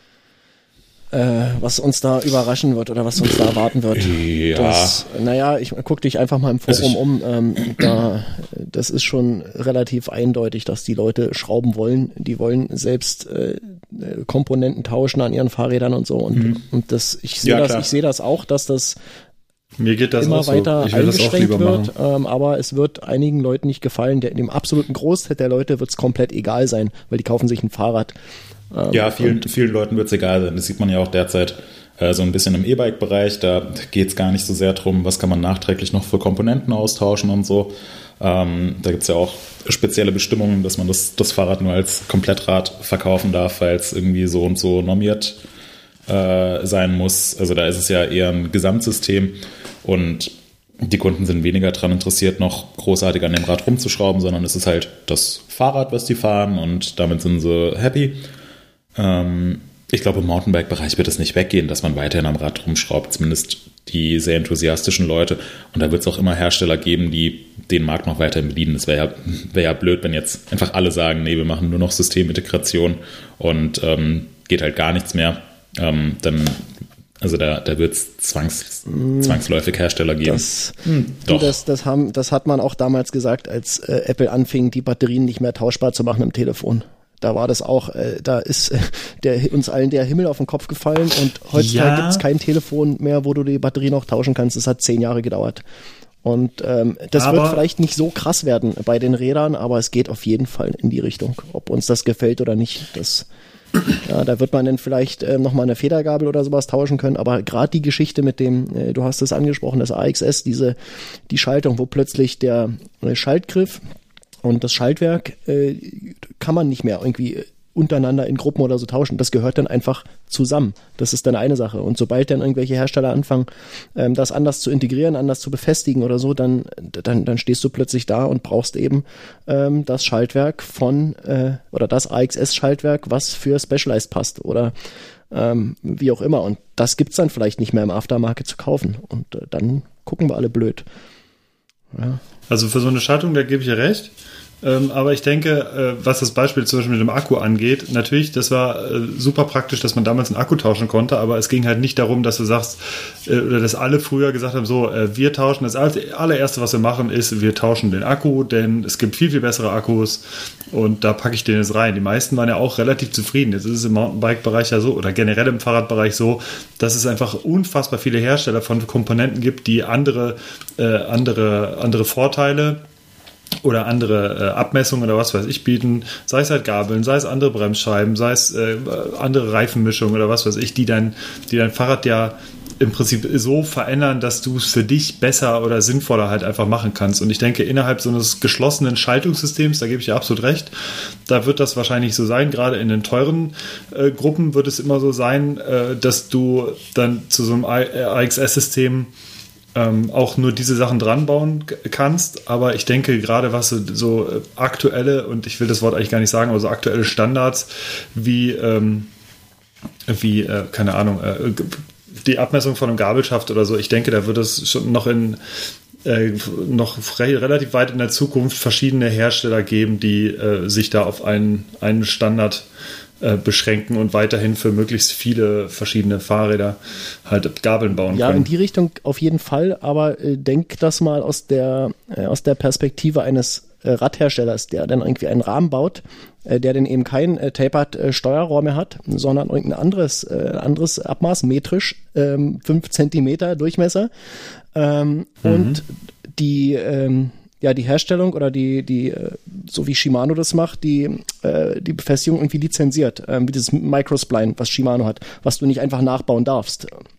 Äh, was uns da überraschen wird oder was uns da erwarten wird. Ja. Das, naja, ich guck dich einfach mal im Forum also um. Ähm, da, das ist schon relativ eindeutig, dass die Leute schrauben wollen. Die wollen selbst äh, Komponenten tauschen an ihren Fahrrädern und so. Und, mhm. und das, ich sehe ja, das, ich sehe das auch, dass das Mir geht das immer auch so. weiter Ich will das auch lieber eingeschränkt wird, machen. ähm, aber es wird einigen Leuten nicht gefallen. Der, dem absoluten Großteil der Leute wird es komplett egal sein, weil die kaufen sich ein Fahrrad. Ja, vielen, vielen Leuten wird es egal sein. Das sieht man ja auch derzeit äh, so ein bisschen im E-Bike-Bereich. Da geht es gar nicht so sehr drum, was kann man nachträglich noch für Komponenten austauschen und so. Ähm, da gibt es ja auch spezielle Bestimmungen, dass man das, das Fahrrad nur als Komplettrad verkaufen darf, weil es irgendwie so und so normiert äh, sein muss. Also da ist es ja eher ein Gesamtsystem und die Kunden sind weniger daran interessiert, noch großartig an dem Rad rumzuschrauben, sondern es ist halt das Fahrrad, was die fahren und damit sind sie happy. Ich glaube, im Mountainbike-Bereich wird es nicht weggehen, dass man weiterhin am Rad rumschraubt, zumindest die sehr enthusiastischen Leute. Und da wird es auch immer Hersteller geben, die den Markt noch weiterhin bedienen. Es wäre ja, wär ja blöd, wenn jetzt einfach alle sagen, nee, wir machen nur noch Systemintegration und ähm, geht halt gar nichts mehr. Ähm, dann, also da, da wird es zwangs, zwangsläufig Hersteller geben. Das, hm, Doch. Das, das, haben, das hat man auch damals gesagt, als äh, Apple anfing, die Batterien nicht mehr tauschbar zu machen im Telefon. Da war das auch, äh, da ist äh, der, uns allen der Himmel auf den Kopf gefallen und heutzutage ja. gibt es kein Telefon mehr, wo du die Batterie noch tauschen kannst. Das hat zehn Jahre gedauert. Und ähm, das aber wird vielleicht nicht so krass werden bei den Rädern, aber es geht auf jeden Fall in die Richtung. Ob uns das gefällt oder nicht, das, ja, da wird man dann vielleicht äh, nochmal eine Federgabel oder sowas tauschen können. Aber gerade die Geschichte mit dem, äh, du hast es angesprochen, das A X S, diese die Schaltung, wo plötzlich der äh, Schaltgriff und das Schaltwerk äh, kann man nicht mehr irgendwie untereinander in Gruppen oder so tauschen. Das gehört dann einfach zusammen. Das ist dann eine Sache. Und sobald dann irgendwelche Hersteller anfangen, ähm, das anders zu integrieren, anders zu befestigen oder so, dann, dann, dann stehst du plötzlich da und brauchst eben ähm, das Schaltwerk von, äh, oder das A X S-Schaltwerk, was für Specialized passt oder ähm, wie auch immer. Und das gibt's dann vielleicht nicht mehr im Aftermarket zu kaufen. Und äh, dann gucken wir alle blöd. Ja. Also für so eine Schaltung, da gebe ich ja recht. Ähm, aber ich denke, äh, was das Beispiel zum Beispiel mit dem Akku angeht, natürlich, das war äh, super praktisch, dass man damals einen Akku tauschen konnte, aber es ging halt nicht darum, dass du sagst, äh, oder dass alle früher gesagt haben, so, äh, wir tauschen, das allererste, was wir machen, ist, wir tauschen den Akku, denn es gibt viel, viel bessere Akkus und da packe ich den jetzt rein. Die meisten waren ja auch relativ zufrieden. Jetzt ist es im Mountainbike-Bereich ja so, oder generell im Fahrradbereich so, dass es einfach unfassbar viele Hersteller von Komponenten gibt, die andere, äh, andere, andere Vorteile oder andere äh, Abmessungen oder was weiß ich bieten, sei es halt Gabeln, sei es andere Bremsscheiben, sei es äh, andere Reifenmischungen oder was weiß ich, die dein, die dein Fahrrad ja im Prinzip so verändern, dass du es für dich besser oder sinnvoller halt einfach machen kannst. Und ich denke, innerhalb so eines geschlossenen Schaltungssystems, da gebe ich dir absolut recht, da wird das wahrscheinlich so sein, gerade in den teuren äh, Gruppen wird es immer so sein, äh, dass du dann zu so einem A X S-System Ähm, auch nur diese Sachen dran bauen kannst, aber ich denke gerade was so, so aktuelle, und ich will das Wort eigentlich gar nicht sagen, aber so aktuelle Standards wie ähm, wie, äh, keine Ahnung, äh, die Abmessung von einem Gabelschaft oder so, ich denke, da wird es schon noch in äh, noch re- relativ weit in der Zukunft verschiedene Hersteller geben, die äh, sich da auf einen, einen Standard beschränken und weiterhin für möglichst viele verschiedene Fahrräder halt Gabeln bauen ja, können. Ja, in die Richtung auf jeden Fall, aber äh, denk das mal aus der, äh, aus der Perspektive eines äh, Radherstellers, der dann irgendwie einen Rahmen baut, äh, der dann eben kein äh, tapered äh, Steuerrohr mehr hat, sondern irgendein anderes, äh, anderes Abmaß, metrisch, ähm, fünf Zentimeter Durchmesser ähm, mhm. und die ähm, ja, die Herstellung oder die, die, so wie Shimano das macht, die, äh, die Befestigung irgendwie lizenziert, ähm, wie dieses Microspline, was Shimano hat, was du nicht einfach nachbauen darfst.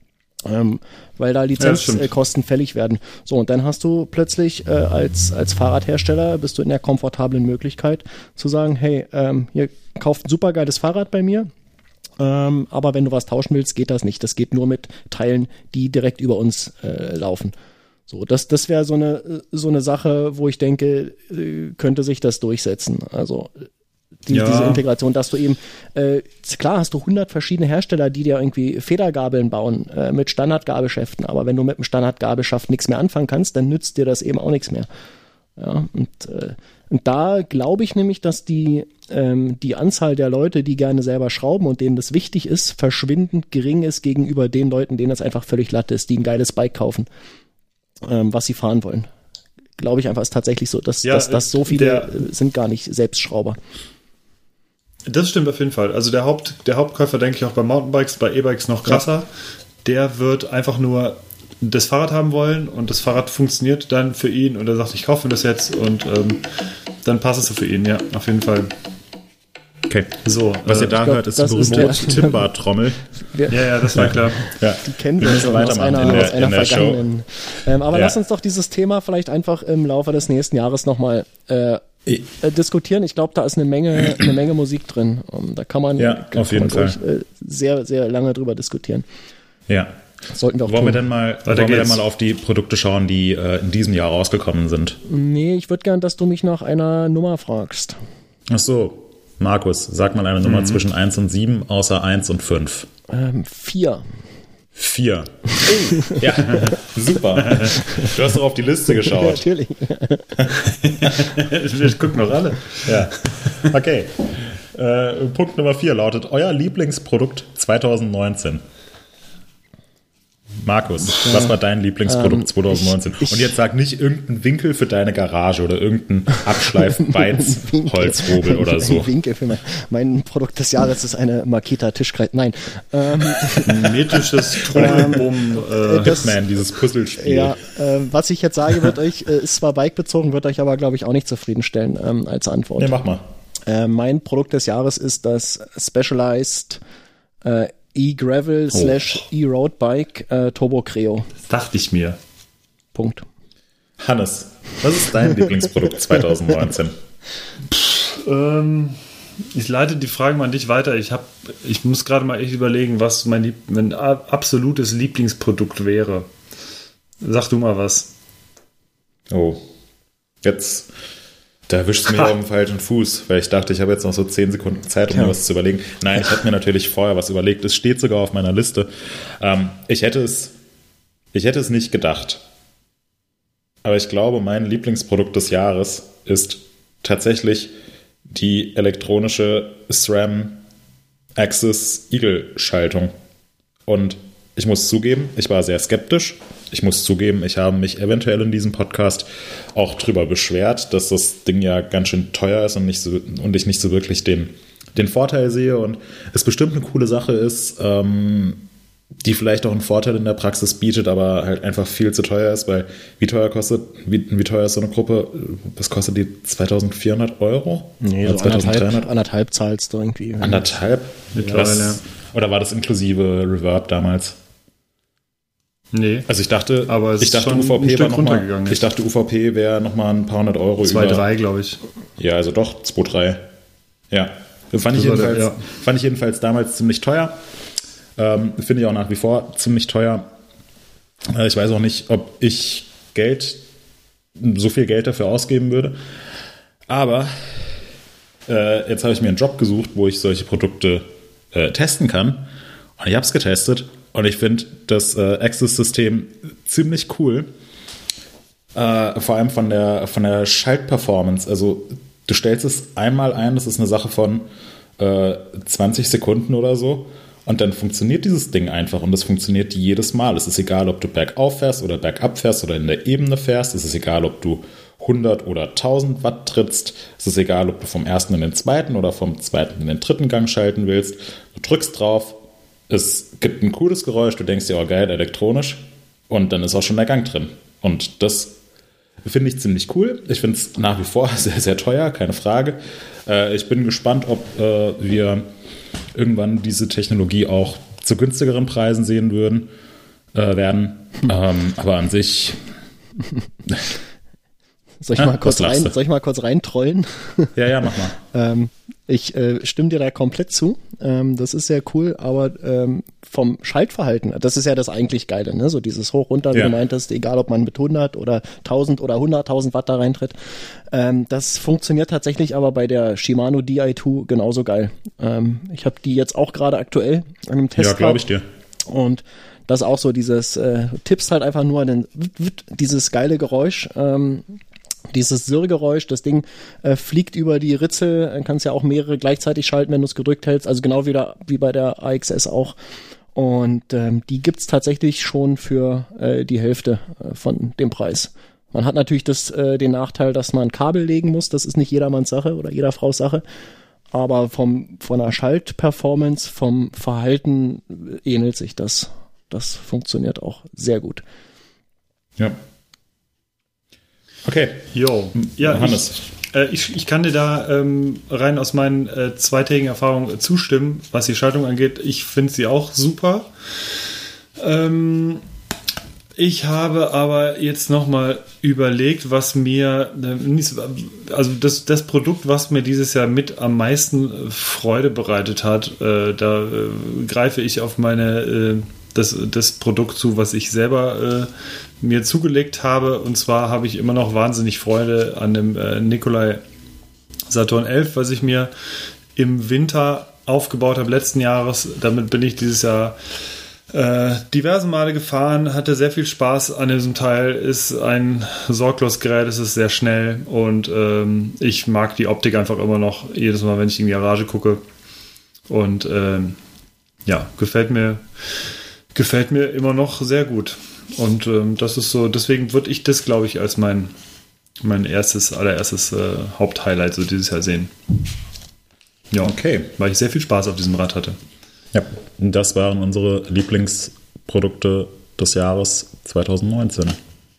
Ähm, weil da Lizenzkosten ja, fällig werden. So, und dann hast du plötzlich äh, als, als Fahrradhersteller bist du in der komfortablen Möglichkeit zu sagen, hey, ähm, hier kauft ein supergeiles Fahrrad bei mir, ähm, aber wenn du was tauschen willst, geht das nicht. Das geht nur mit Teilen, die direkt über uns äh, laufen. So, das, das wäre so eine, so eine Sache, wo ich denke, äh, könnte sich das durchsetzen. Also Die, ja. diese Integration, dass du eben, äh, klar hast du hundert verschiedene Hersteller, die dir irgendwie Federgabeln bauen äh, mit Standardgabelschäften, aber wenn du mit dem Standardgabelschaft nichts mehr anfangen kannst, dann nützt dir das eben auch nichts mehr. Ja, und, äh, und da glaube ich nämlich, dass die, ähm, die Anzahl der Leute, die gerne selber schrauben und denen das wichtig ist, verschwindend gering ist gegenüber den Leuten, denen das einfach völlig Latte ist, die ein geiles Bike kaufen, ähm, was sie fahren wollen. Glaube ich einfach, ist tatsächlich so, dass, ja, dass, dass so viele der, sind gar nicht Selbstschrauber. Das stimmt auf jeden Fall. Also der Haupt, der Hauptkäufer, denke ich, auch bei Mountainbikes, bei E-Bikes noch krasser. Ja. Der wird einfach nur das Fahrrad haben wollen und das Fahrrad funktioniert dann für ihn und er sagt, ich kaufe mir das jetzt und ähm, dann passt es für ihn, ja, auf jeden Fall. Okay. So, was äh, ihr da glaub, hört, ist die berühmte Timber-Trommel. Ja, ja, das war klar. Ja. Die kennen wir schon aus einer, in der, aus einer vergangenen. Ähm, aber ja. lass uns doch dieses Thema vielleicht einfach im Laufe des nächsten Jahres nochmal äh, äh, diskutieren. Ich glaube, da ist eine Menge, eine Menge Musik drin. Um, da kann man, ja, kann auf jeden man Fall. Durch, äh, sehr, sehr lange drüber diskutieren. Ja. Das sollten wir auch wollen tun. wir denn mal, wollen wir denn mal auf die Produkte schauen, die äh, in diesem Jahr rausgekommen sind? Nee, ich würde gern, dass du mich nach einer Nummer fragst. Ach so. Markus, sag mal eine Nummer mhm. zwischen eins und sieben, außer eins und fünf. Ähm, vier. Vier. Oh. Ja, super. Du hast doch auf die Liste geschaut. Ja, natürlich. Wir gucken noch alle. Ja. Okay. Äh, Punkt Nummer vier lautet: Euer Lieblingsprodukt zwanzig neunzehn. Markus, ja. was war dein Lieblingsprodukt ähm, zwanzig neunzehn? Ich, ich, Und jetzt sag nicht irgendeinen Winkel für deine Garage oder irgendeinen Abschleif-Beiz-Holzhobel oder so. Ein Winkel für mein, mein Produkt des Jahres ist eine Makita-Tischkreis. Nein. Ähm, Metrisches Trollbum äh, Hitman, dieses Puzzlespiel. Ja, äh, was ich jetzt sage, wird euch, äh, ist zwar bikebezogen, wird euch aber, glaube ich, auch nicht zufriedenstellen ähm, als Antwort. Nee, mach mal. Äh, mein Produkt des Jahres ist das Specialized äh, E-Gravel oh. slash E-Roadbike äh, Turbo Creo. Das dachte ich mir. Punkt. Hannes, was ist dein Lieblingsprodukt zwanzig neunzehn? Pff, ähm, ich leite die Frage mal an dich weiter. Ich, hab, ich muss gerade mal echt überlegen, was mein, Lieb- mein absolutes Lieblingsprodukt wäre. Sag du mal was. Oh, jetzt... Da erwischst du mich auf dem falschen Fuß, weil ich dachte, ich habe jetzt noch so zehn Sekunden Zeit, um ja. mir was zu überlegen. Nein, ich habe mir natürlich vorher was überlegt. Es steht sogar auf meiner Liste. Ähm, ich hätte es, ich hätte es nicht gedacht. Aber ich glaube, mein Lieblingsprodukt des Jahres ist tatsächlich die elektronische SRAM Axis Eagle Schaltung. Und ich muss zugeben, ich war sehr skeptisch. Ich muss zugeben, ich habe mich eventuell in diesem Podcast auch drüber beschwert, dass das Ding ja ganz schön teuer ist und, nicht so, und ich nicht so wirklich den, den Vorteil sehe. Und es bestimmt eine coole Sache ist, ähm, die vielleicht auch einen Vorteil in der Praxis bietet, aber halt einfach viel zu teuer ist, weil wie teuer kostet, wie, wie teuer ist so eine Gruppe? Was kostet die? zweitausendvierhundert Euro? Nee, so anderthalb, anderthalb zahlst du irgendwie. Anderthalb? Was, oder war das inklusive Reverb damals? Nee. Also ich dachte, aber ich dachte, U V P war noch mal, ich dachte, U V P wäre nochmal ein paar hundert Euro zwei, über. zwei, drei, glaube ich. Ja, also doch, zwei, drei. Ja. Fand ich, jedenfalls, ja. fand ich jedenfalls damals ziemlich teuer. Ähm, finde ich auch nach wie vor ziemlich teuer. Äh, ich weiß auch nicht, ob ich Geld, so viel Geld dafür ausgeben würde. Aber äh, jetzt habe ich mir einen Job gesucht, wo ich solche Produkte äh, testen kann. Und ich habe es getestet. Und ich finde das äh, Axis-System ziemlich cool. Äh, vor allem von der, von der Schaltperformance. Also du stellst es einmal ein, das ist eine Sache von äh, zwanzig Sekunden oder so. Und dann funktioniert dieses Ding einfach. Und das funktioniert jedes Mal. Es ist egal, ob du bergauf fährst oder bergab fährst oder in der Ebene fährst. Es ist egal, ob du hundert oder tausend Watt trittst. Es ist egal, ob du vom ersten in den zweiten oder vom zweiten in den dritten Gang schalten willst. Du drückst drauf. Es gibt ein cooles Geräusch, du denkst dir, oh geil, elektronisch, und dann ist auch schon der Gang drin. Und das finde ich ziemlich cool. Ich finde es nach wie vor sehr, sehr teuer, keine Frage. Äh, ich bin gespannt, ob äh, wir irgendwann diese Technologie auch zu günstigeren Preisen sehen würden. äh, werden. ähm, aber an sich... Soll ich, mal kurz rein, soll ich mal kurz reintrollen? Ja, ja, mach mal. ähm, ich äh, stimme dir da komplett zu. Ähm, das ist sehr cool, aber ähm, vom Schaltverhalten, das ist ja das eigentlich Geile, ne? So dieses Hoch, runter, wie ja. du meintest, egal ob man mit hundert oder tausend oder hunderttausend Watt da reintritt. Ähm, das funktioniert tatsächlich aber bei der Shimano D I zwei genauso geil. Ähm, ich habe die jetzt auch gerade aktuell an einem Test. Ja, glaube ich dir. Und das ist auch so dieses, äh, tippst halt einfach nur den, dieses geile Geräusch, ähm, dieses Sirrgeräusch, das Ding äh, fliegt über die Ritzel, dann kannst ja auch mehrere gleichzeitig schalten, wenn du es gedrückt hältst, also genau wie, da, wie bei der A X S auch. Und ähm, die gibt's tatsächlich schon für äh, die Hälfte äh, von dem Preis. Man hat natürlich das, äh, den Nachteil, dass man Kabel legen muss, das ist nicht jedermanns Sache oder jeder Frau's Sache. Aber vom, von der Schaltperformance, vom Verhalten äh, ähnelt sich das. Das funktioniert auch sehr gut. Ja. Okay. Jo. Ja, Hannes. Ich, äh, ich, ich kann dir da ähm, rein aus meinen äh, zweitägigen Erfahrungen zustimmen, was die Schaltung angeht. Ich finde sie auch super. Ähm, ich habe aber jetzt nochmal überlegt, was mir, äh, also das, das Produkt, was mir dieses Jahr mit am meisten Freude bereitet hat, äh, da äh, greife ich auf meine äh, Das, das Produkt zu, was ich selber äh, mir zugelegt habe. Und zwar habe ich immer noch wahnsinnig Freude an dem äh, Nikolai Saturn elf, was ich mir im Winter aufgebaut habe letzten Jahres. Damit bin ich dieses Jahr äh, diverse Male gefahren, hatte sehr viel Spaß an diesem Teil, ist ein sorglos Gerät, es ist sehr schnell und ähm, ich mag die Optik einfach immer noch, jedes Mal, wenn ich in die Garage gucke. Und ähm, ja, gefällt mir Gefällt mir immer noch sehr gut. Und ähm, das ist so, deswegen würde ich das, glaube ich, als mein, mein erstes, allererstes äh, Haupthighlight so dieses Jahr sehen. Ja, okay. Weil ich sehr viel Spaß auf diesem Rad hatte. Ja, das waren unsere Lieblingsprodukte des Jahres zwanzig neunzehn.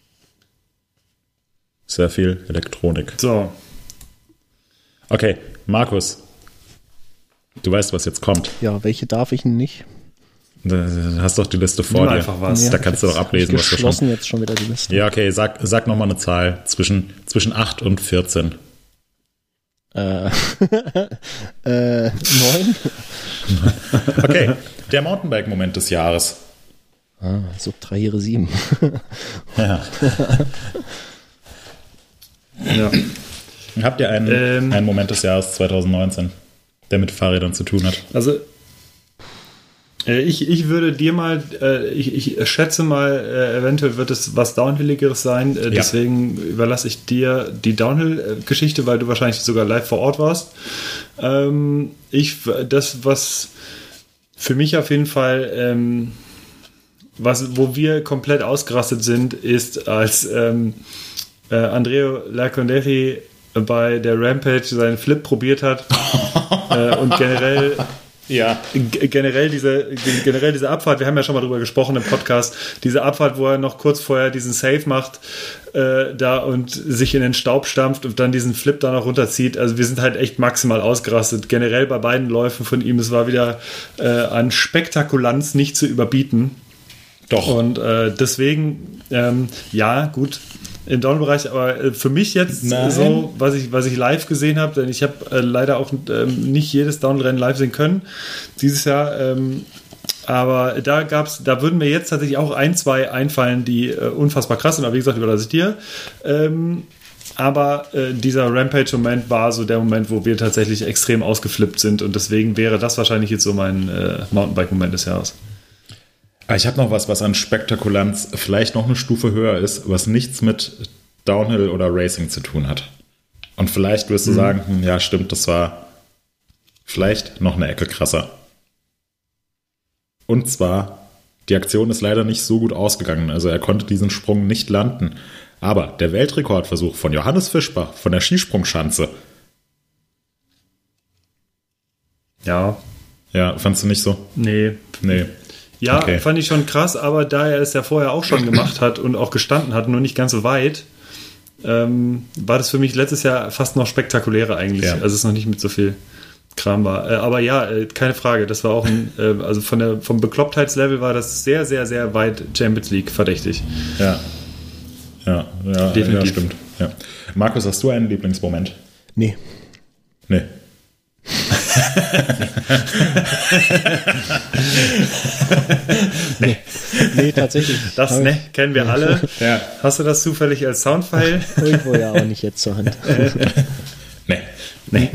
Sehr viel Elektronik. So. Okay, Markus. Du weißt, was jetzt kommt. Ja, welche darf ich denn nicht? Du hast doch die Liste vor Nimm dir. Einfach was. Ja, da kannst du doch ablesen, was du schon... geschlossen jetzt schon wieder die Liste. Ja, okay, sag, sag nochmal eine Zahl. Zwischen, zwischen acht und vierzehn. Äh, äh, neun. Okay, der Mountainbike-Moment des Jahres. Ah, Subtrahiere sieben. Ja. Ja. Habt ihr einen, ähm, einen Moment des Jahres zwanzig neunzehn, der mit Fahrrädern zu tun hat? Also Ich, ich würde dir mal, äh, ich, ich schätze mal, äh, eventuell wird es was Downhilligeres sein. Äh, ja. Deswegen überlasse ich dir die Downhill-Geschichte, weil du wahrscheinlich sogar live vor Ort warst. Ähm, ich, das, was für mich auf jeden Fall, ähm, was, wo wir komplett ausgerastet sind, ist, als ähm, äh, Andrea Laconderi bei der Rampage seinen Flip probiert hat äh, und generell Ja. G- generell diese generell diese Abfahrt, wir haben ja schon mal drüber gesprochen im Podcast, diese Abfahrt, wo er noch kurz vorher diesen Save macht äh, da und sich in den Staub stampft und dann diesen Flip da noch runterzieht. Also wir sind halt echt maximal ausgerastet. Generell bei beiden Läufen von ihm, es war wieder äh, an Spektakulanz nicht zu überbieten. Doch. Und äh, deswegen, ähm, ja, gut, im Downbereich, aber äh, für mich jetzt Nein. so, was ich, was ich live gesehen habe, denn ich habe äh, leider auch ähm, nicht jedes Downrennen live sehen können dieses Jahr, ähm, aber da gab's, da würden mir jetzt tatsächlich auch ein, zwei einfallen, die äh, unfassbar krass sind, aber wie gesagt, überlasse ich dir. Ähm, aber äh, dieser Rampage-Moment war so der Moment, wo wir tatsächlich extrem ausgeflippt sind und deswegen wäre das wahrscheinlich jetzt so mein äh, Mountainbike-Moment des Jahres. Ich habe noch was, was an Spektakulanz vielleicht noch eine Stufe höher ist, was nichts mit Downhill oder Racing zu tun hat. Und vielleicht wirst du mhm. sagen, hm, ja stimmt, das war vielleicht noch eine Ecke krasser. Und zwar, die Aktion ist leider nicht so gut ausgegangen, also er konnte diesen Sprung nicht landen. Aber der Weltrekordversuch von Johannes Fischbach von der Skisprungschanze. Ja. Ja, fandst du nicht so? Nee. Nee. Ja, okay. Fand ich schon krass, aber da er es ja vorher auch schon gemacht hat und auch gestanden hat, nur nicht ganz so weit, ähm, war das für mich letztes Jahr fast noch spektakulärer eigentlich. Ja. Also es ist noch nicht mit so viel Kram war. Äh, aber ja, äh, keine Frage, das war auch ein, äh, also von der, vom Beklopptheitslevel war das sehr, sehr, sehr weit Champions League verdächtig. Ja. Ja, ja, definitiv. Ja, stimmt. Ja. Markus, hast du einen Lieblingsmoment? Nee. Nee. nee. Nee, tatsächlich. Das ne, kennen wir alle. Ja. Hast du das zufällig als Soundfile? Irgendwo ja, aber nicht jetzt zur Hand. Nee. Nee.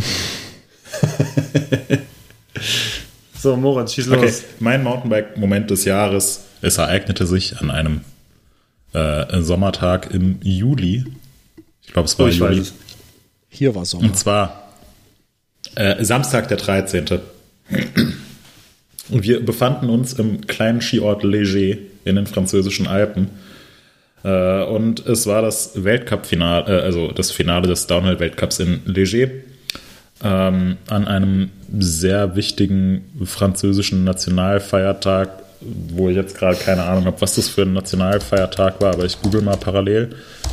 So, Moritz, schieß los. Okay, mein Mountainbike-Moment des Jahres, es ereignete sich an einem äh, Sommertag im Juli. Ich glaube, es war oh, ich Juli. weiß es. Hier war Sommer. Und zwar äh, Samstag, der dreizehnte Und wir befanden uns im kleinen Skiort Léger in den französischen Alpen. Äh, und es war das Weltcup-Finale, äh, also das Finale des Downhill-Weltcups in Léger. Ähm, an einem sehr wichtigen französischen Nationalfeiertag, wo ich jetzt gerade keine Ahnung habe, was das für ein Nationalfeiertag war, aber ich google mal parallel.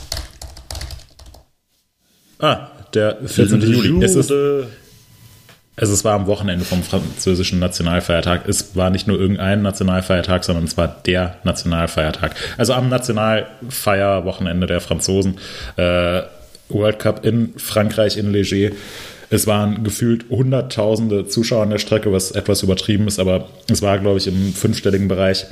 Ah, der vierzehnte Juli. Es ist, also es war am Wochenende vom französischen Nationalfeiertag. Es war nicht nur irgendein Nationalfeiertag, sondern es war der Nationalfeiertag. Also am Nationalfeierwochenende der Franzosen. Äh, World Cup in Frankreich, in Léger. Es waren gefühlt hunderttausende Zuschauer an der Strecke, was etwas übertrieben ist, aber es war, glaube ich, im fünfstelligen Bereich.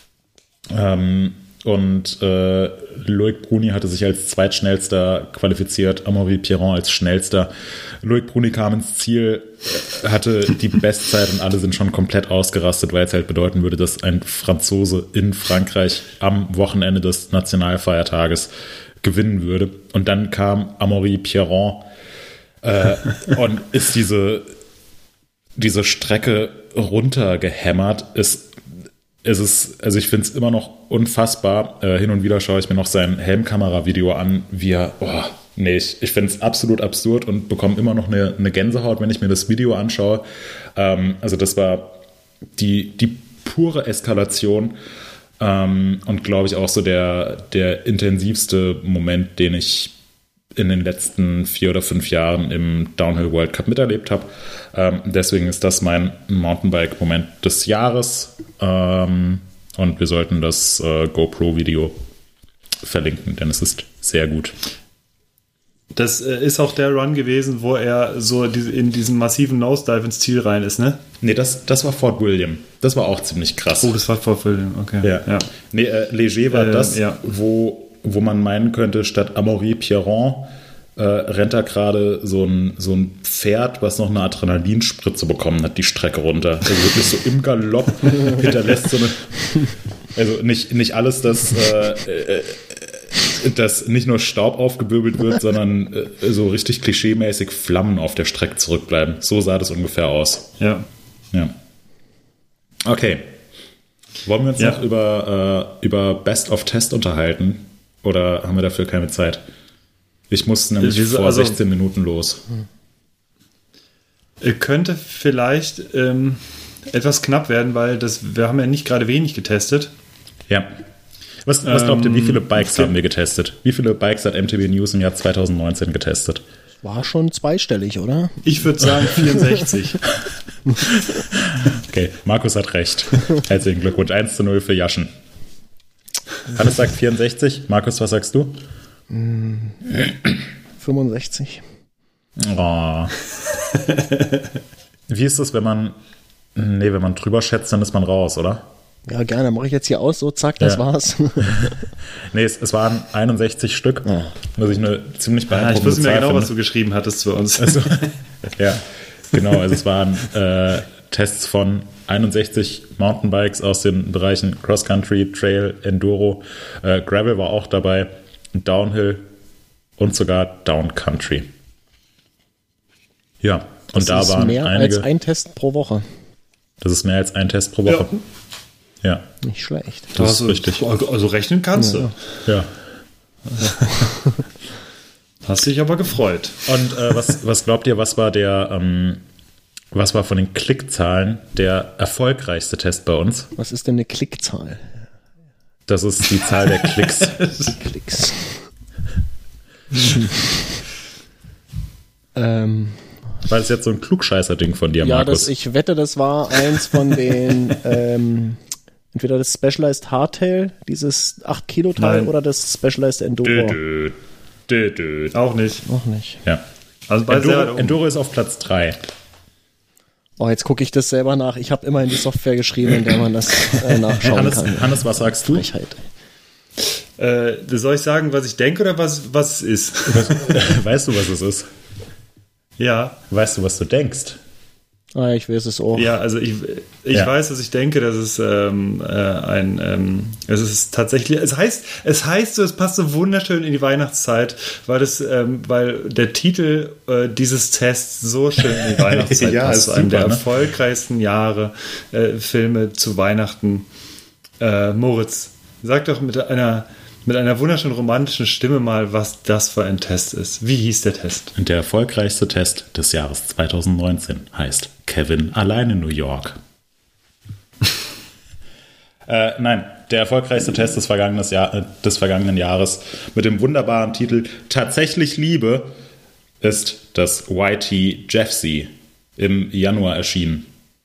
Ähm, und äh, Loic Bruni hatte sich als zweitschnellster qualifiziert, Amaury Pierron als schnellster. Loic Bruni kam ins Ziel, hatte die Bestzeit und alle sind schon komplett ausgerastet, weil es halt bedeuten würde, dass ein Franzose in Frankreich am Wochenende des Nationalfeiertages gewinnen würde. Und dann kam Amaury Pierron Äh, und ist diese, diese Strecke runtergehämmert. Ist, ist es, also ich finde es immer noch unfassbar. Äh, hin und wieder schaue ich mir noch sein Helmkamera-Video an, wie er, oh, nee, ich, ich finde es absolut absurd und bekomme immer noch eine, eine Gänsehaut, wenn ich mir das Video anschaue. Ähm, also das war die, die pure Eskalation ähm, und glaube ich auch so der, der intensivste Moment, den ich in den letzten vier oder fünf Jahren im Downhill World Cup miterlebt habe. Ähm, deswegen ist das mein Mountainbike-Moment des Jahres. Ähm, und wir sollten das äh, GoPro-Video verlinken, denn es ist sehr gut. Das äh, ist auch der Run gewesen, wo er so die, in diesen massiven Nosedive ins Ziel rein ist, ne? Nee, das, das war Fort William. Das war auch ziemlich krass. Oh, das war Fort William, okay. Ja. Ja. Nee, äh, Léger war äh, das, ja. wo wo man meinen könnte, statt Amaury Pierron äh, rennt da gerade so ein, so ein Pferd, was noch eine Adrenalinspritze bekommen hat, die Strecke runter. Also wirklich so im Galopp hinterlässt so eine, also nicht, nicht alles, das, äh, äh, das nicht nur Staub aufgewirbelt wird, sondern äh, so richtig klischeemäßig Flammen auf der Strecke zurückbleiben. So sah das ungefähr aus. Ja. Ja. Okay. Wollen wir uns ja. noch über, äh, über Best of Test unterhalten? Oder haben wir dafür keine Zeit? Ich muss nämlich Diese, vor also, sechzehn Minuten los. Könnte vielleicht ähm, etwas knapp werden, weil das, wir haben ja nicht gerade wenig getestet. Ja. Was, was glaubt ihr, wie viele Bikes ähm, haben wir getestet? Wie viele Bikes hat M T B News im Jahr zwanzig neunzehn getestet? War schon zweistellig, oder? Ich würde sagen vierundsechzig. Okay, Markus hat recht. Herzlichen Glückwunsch. eins zu null für Jaschen. Hannes sagt vierundsechzig. Markus, was sagst du? fünfundsechzig. Oh. Wie ist das, wenn man... Nee, wenn man drüber schätzt, dann ist man raus, oder? Ja, gerne. Mache ich jetzt hier aus, so zack, das ja. war's. Nee, es, es waren einundsechzig Stück. Ja. Was ich eine ziemlich beeindruckende ja, ich wusste mir genau, finde. was du geschrieben hattest für uns. Also, ja, genau. Also es waren äh, Tests von einundsechzig Mountainbikes aus den Bereichen Cross-Country, Trail, Enduro. Äh, Gravel war auch dabei, Downhill und sogar Downcountry. Ja, und das da waren mehr einige. Als ein Test pro Woche. Das ist mehr als ein Test pro Woche. Ja. ja. Nicht schlecht. Das also, ist richtig. Also rechnen kannst ja. du. Ja. Hast dich aber gefreut. Und äh, was, was glaubt ihr, was war der, ähm, was war von den Klickzahlen der erfolgreichste Test bei uns? Was ist denn eine Klickzahl? Das ist die Zahl der Klicks. Klicks. ähm, War das jetzt so ein Klugscheißer-Ding von dir, ja, Markus? Das, ich wette, das war eins von den, ähm, entweder das Specialized Hardtail, dieses acht Kilo Teil, Nein. oder das Specialized Enduro. Dö, dö, dö, dö. Auch nicht. Auch nicht. Ja. Also bei sehr weit Enduro, oben. Enduro ist auf Platz drei. Oh, jetzt gucke ich das selber nach. Ich habe immerhin die Software geschrieben, in der man das äh, nachschauen Hannes, kann. Hannes, was sagst du? Frechheit. Äh, soll ich sagen, was ich denke oder was, was es ist? Weißt du, was es ist? Ja. Weißt du, was du denkst? Ah, ich weiß es auch. Ja, also ich, ich Ja. weiß, dass ich denke, dass es ähm, äh, ein, ähm, es ist tatsächlich, es heißt, es heißt so, es passt so wunderschön in die Weihnachtszeit, weil das, ähm, weil der Titel äh, dieses Tests so schön in die Weihnachtszeit Ja, passt, ist zu einem super, der ne? erfolgreichsten Jahre äh, Filme zu Weihnachten. Äh, Moritz, sag doch mit einer mit einer wunderschönen romantischen Stimme mal, was das für ein Test ist. Wie hieß der Test? Und der erfolgreichste Test des Jahres zwanzig neunzehn heißt Kevin allein in New York. äh, nein, der erfolgreichste Test des, vergangenes Jahr, äh, des vergangenen Jahres mit dem wunderbaren Titel Tatsächlich Liebe ist das Y T Jeffsy im Januar erschienen.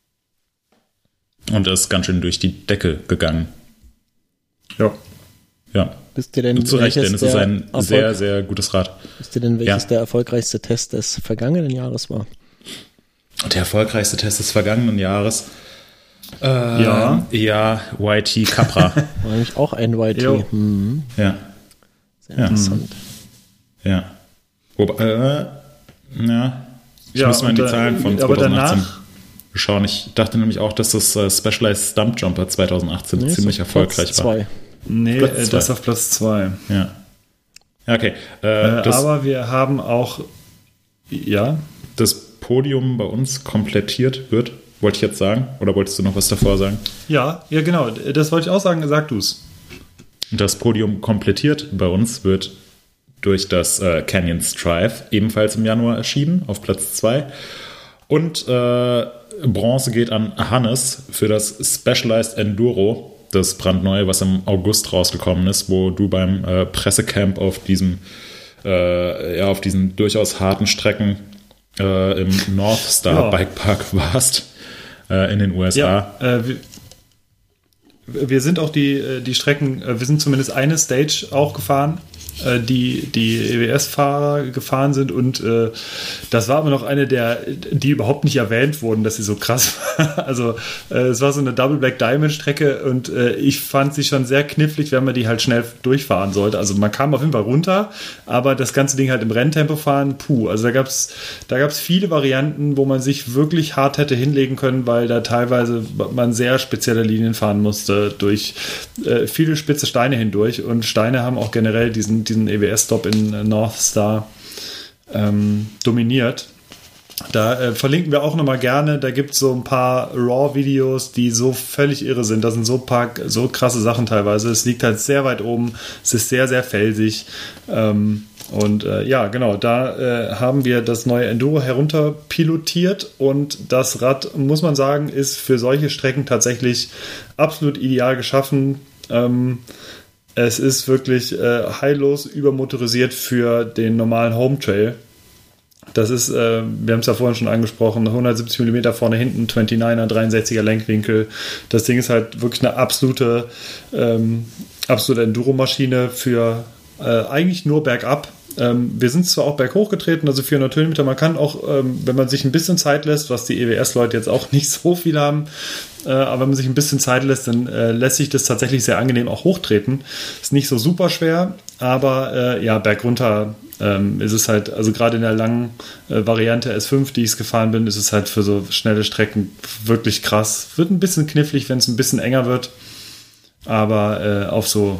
Und ist ganz schön durch die Decke gegangen. Ja. Ja. Wisst ihr denn, Zu Recht, welches denn es ist der ein Erfolg- sehr, sehr gutes Rad. Wisst ihr denn, welches Ja. der erfolgreichste Test des vergangenen Jahres war? Der erfolgreichste Test des vergangenen Jahres. Äh, Ja. Ja, Y T Capra. War nämlich auch ein Y T. Jo. Hm, ja, sehr Ja. interessant. ja. Wobei, äh, ja. Ich Ja, muss mal in die und, äh, Zahlen von aber zwanzig achtzehn danach- schauen. Ich dachte nämlich auch, dass das äh, Specialized Stump Jumper zwanzig achtzehn Nee, ist ziemlich auf erfolgreich Platz war. zwei. Nee, Platz äh, das zwei. ist auf Platz zwei. Ja. Ja, okay. Äh, Äh, das, aber wir haben auch, ja, das Podium bei uns komplettiert wird, wollte ich jetzt sagen. Oder wolltest du noch was davor sagen? ja, ja, genau, das wollte ich auch sagen, sag du's. Das Podium komplettiert bei uns wird durch das äh, Canyon Strive, ebenfalls im Januar erschienen, auf Platz zwei. Und äh, Bronze geht an Hannes für das Specialized Enduro, das brandneue, was im August rausgekommen ist, wo du beim äh, Pressecamp auf diesem, äh, ja, auf diesen durchaus harten Strecken äh, im North Star Ja. Bike Park warst äh, in den U S A. Ja, äh, wir, wir sind auch die, äh, die Strecken, äh, wir sind zumindest eine Stage auch gefahren, äh, die die E W S-Fahrer gefahren sind, und äh, das war aber noch eine der, die überhaupt nicht erwähnt wurden, dass sie so krass war. Also äh, es war so eine Double Black Diamond Strecke, und äh, ich fand sie schon sehr knifflig, wenn man die halt schnell durchfahren sollte. Also man kam auf jeden Fall runter, aber das ganze Ding halt im Renntempo fahren, puh. Also da gab es da gab's viele Varianten, wo man sich wirklich hart hätte hinlegen können, weil da teilweise man sehr spezielle Linien fahren musste, durch äh, viele spitze Steine hindurch, und Steine haben auch generell diesen, diesen E W S-Stop in North Star ähm, dominiert. Da äh, verlinken wir auch nochmal gerne, da gibt es so ein paar Raw-Videos, die so völlig irre sind. Da sind so ein paar so krasse Sachen teilweise. Es liegt halt sehr weit oben, es ist sehr, sehr felsig. Ähm, und äh, ja, genau, da äh, haben wir das neue Enduro herunterpilotiert, und das Rad, muss man sagen, ist für solche Strecken tatsächlich absolut ideal geschaffen. Ähm, es ist wirklich äh, heillos übermotorisiert für den normalen Home Trail. Das ist, äh, wir haben es ja vorhin schon angesprochen, hundertsiebzig Millimeter vorne hinten, neunundzwanziger, dreiundsechziger Lenkwinkel. Das Ding ist halt wirklich eine absolute, ähm, absolute Enduro-Maschine für äh, eigentlich nur bergab. Ähm, wir sind zwar auch berghoch getreten, also vierhundert Höhenmeter. Man kann auch, ähm, wenn man sich ein bisschen Zeit lässt, was die E W S-Leute jetzt auch nicht so viel haben, äh, aber wenn man sich ein bisschen Zeit lässt, dann äh, lässt sich das tatsächlich sehr angenehm auch hochtreten. Ist nicht so super schwer, aber äh, ja, bergunter ähm, ist es halt, also gerade in der langen äh, Variante S fünf, die ich gefahren bin, ist es halt für so schnelle Strecken wirklich krass. Wird ein bisschen knifflig, wenn es ein bisschen enger wird, aber äh, auf so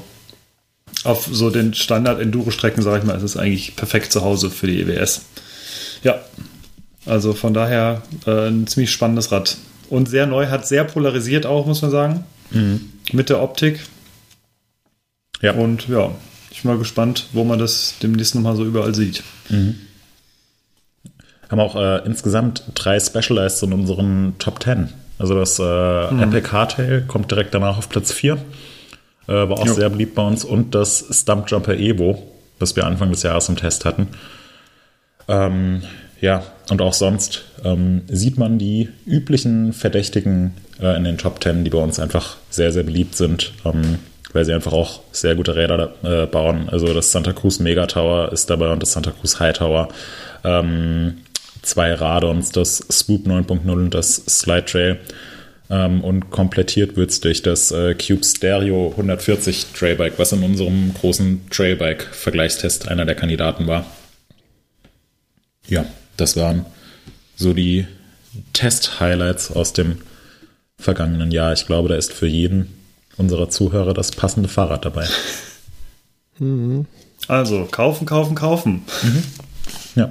auf so den Standard-Enduro-Strecken, sage ich mal, ist es eigentlich perfekt zu Hause für die E W S. Ja, also von daher äh, ein ziemlich spannendes Rad. Und sehr neu, hat sehr polarisiert auch, muss man sagen. Mhm. Mit der Optik. Ja. Und ja, ich bin mal gespannt, wo man das demnächst nochmal so überall sieht. Mhm. Haben auch äh, insgesamt drei Specialized in unseren Top Ten. Also das äh, mhm. Epic Hardtail kommt direkt danach auf Platz vier. Äh, war auch jo. sehr beliebt bei uns. Und das Stump Jumper Evo, das wir Anfang des Jahres im Test hatten. Ähm, ja, und auch sonst ähm, sieht man die üblichen Verdächtigen äh, in den Top Ten, die bei uns einfach sehr, sehr beliebt sind, ähm, weil sie einfach auch sehr gute Räder äh, bauen. Also das Santa Cruz Mega Tower ist dabei und das Santa Cruz High Tower. Ähm, zwei Radons, das Swoop neun Punkt null und das Slide Trail. Ähm, und komplettiert wird es durch das äh, Cube Stereo hundertvierzig Trailbike, was in unserem großen Trailbike-Vergleichstest einer der Kandidaten war. Ja, das waren so die Test-Highlights aus dem vergangenen Jahr. Ich glaube, da ist für jeden unserer Zuhörer das passende Fahrrad dabei. Mhm. Also, kaufen, kaufen, kaufen. Mhm. Ja.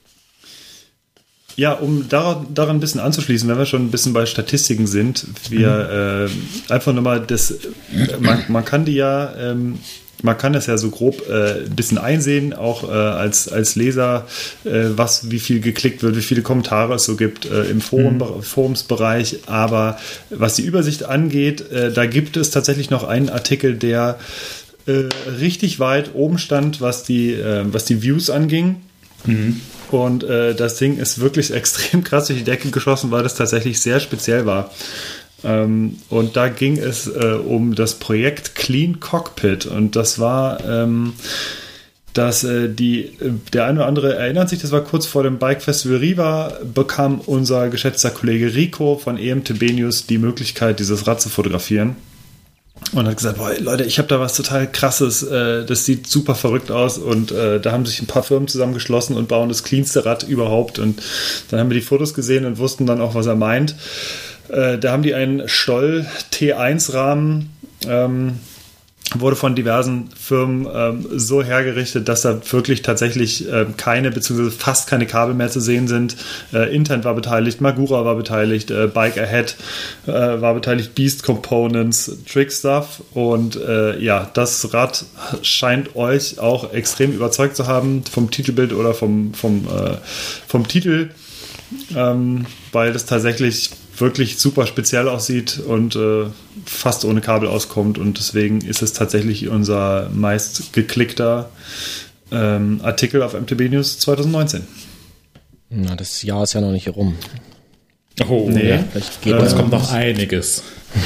Ja, um daran, daran ein bisschen anzuschließen, wenn wir schon ein bisschen bei Statistiken sind, wir mhm. äh, einfach nur mal das, man, man kann die ja, ähm, man kann das ja so grob äh, ein bisschen einsehen, auch äh, als, als Leser, äh, was, wie viel geklickt wird, wie viele Kommentare es so gibt äh, im Forum, mhm. Forumsbereich, aber was die Übersicht angeht, äh, da gibt es tatsächlich noch einen Artikel, der äh, richtig weit oben stand, was die, äh, was die Views anging. Mhm. Und äh, das Ding ist wirklich extrem krass durch die Decke geschossen, weil das tatsächlich sehr speziell war. Ähm, und da ging es äh, um das Projekt Clean Cockpit. Und das war, ähm, dass äh, die, der eine oder andere erinnert sich, das war kurz vor dem Bike Festival Riva, bekam unser geschätzter Kollege Rico von E M T B News die Möglichkeit, dieses Rad zu fotografieren. Und hat gesagt, boah, Leute, ich habe da was total Krasses, äh, das sieht super verrückt aus und äh, da haben sich ein paar Firmen zusammengeschlossen und bauen das cleanste Rad überhaupt und dann haben wir die Fotos gesehen und wussten dann auch, was er meint. Äh, da haben die einen Stoll T eins Rahmen, ähm, wurde von diversen Firmen ähm, so hergerichtet, dass da wirklich tatsächlich ähm, keine, beziehungsweise fast keine Kabel mehr zu sehen sind. Äh, Intent war beteiligt, Magura war beteiligt, äh, Bike Ahead äh, war beteiligt, Beast Components, Trick Stuff und äh, ja, das Rad scheint euch auch extrem überzeugt zu haben vom Titelbild oder vom, vom, äh, vom Titel, ähm, weil das tatsächlich wirklich super speziell aussieht und äh, fast ohne Kabel auskommt und deswegen ist es tatsächlich unser meist geklickter ähm, Artikel auf M T B News zwanzig neunzehn. Na, das Jahr ist ja noch nicht rum. Oh, nee. Ja. Geht äh, es kommt noch einiges.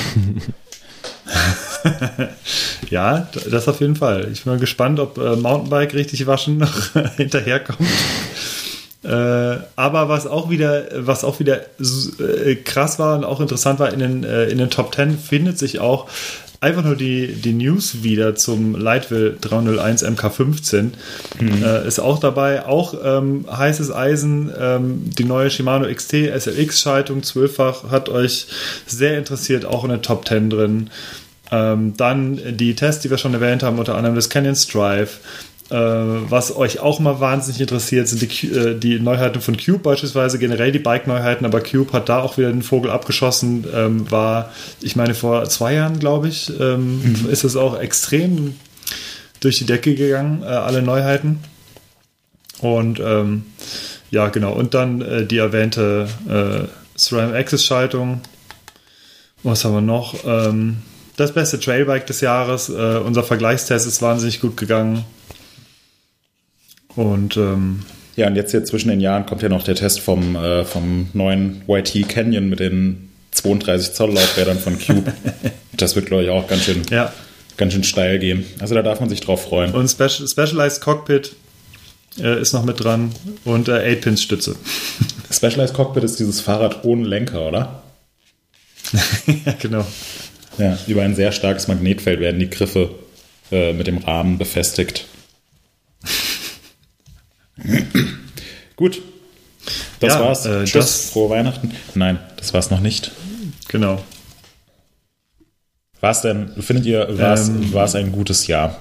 Ja, das auf jeden Fall. Ich bin mal gespannt, ob äh, Mountainbike richtig waschen noch hinterherkommt. Äh, aber was auch wieder, was auch wieder äh, krass war und auch interessant war, in den, äh, in den Top Ten findet sich auch einfach nur die, die News wieder zum Leitwil dreihunderteins M K fünfzehn. Mhm. Äh, ist auch dabei. Auch ähm, heißes Eisen, ähm, die neue Shimano X T S L X-Schaltung, zwölffach, hat euch sehr interessiert, auch in den Top Ten drin. Ähm, dann die Tests, die wir schon erwähnt haben, unter anderem das Canyon Strive. Äh, was euch auch mal wahnsinnig interessiert, sind die, äh, die Neuheiten von Cube beispielsweise, generell die Bike-Neuheiten, aber Cube hat da auch wieder den Vogel abgeschossen, ähm, war, ich meine, vor zwei Jahren, glaube ich, ähm, mhm. ist es auch extrem durch die Decke gegangen, äh, alle Neuheiten. Und ähm, ja, genau, und dann äh, die erwähnte äh, SRAM-Access-Schaltung. Was haben wir noch? Ähm, das beste Trailbike des Jahres, äh, unser Vergleichstest ist wahnsinnig gut gegangen. Und ähm, ja, und jetzt hier zwischen den Jahren kommt ja noch der Test vom, äh, vom neuen Y T Canyon mit den zweiunddreißig Zoll Laufrädern von Cube. Das wird, glaube ich, auch ganz schön, ja. ganz schön steil gehen. Also da darf man sich drauf freuen. Und Special, Specialized Cockpit äh, ist noch mit dran und äh, acht Pins Stütze. Specialized Cockpit ist dieses Fahrrad ohne Lenker, oder? Ja, genau. Ja, über ein sehr starkes Magnetfeld werden die Griffe äh, mit dem Rahmen befestigt. Gut, das ja, war's. Äh, Tschüss, das, frohe Weihnachten. Nein, das war's noch nicht. Genau. War's denn, findet ihr, war's, ähm, war's ein gutes Jahr?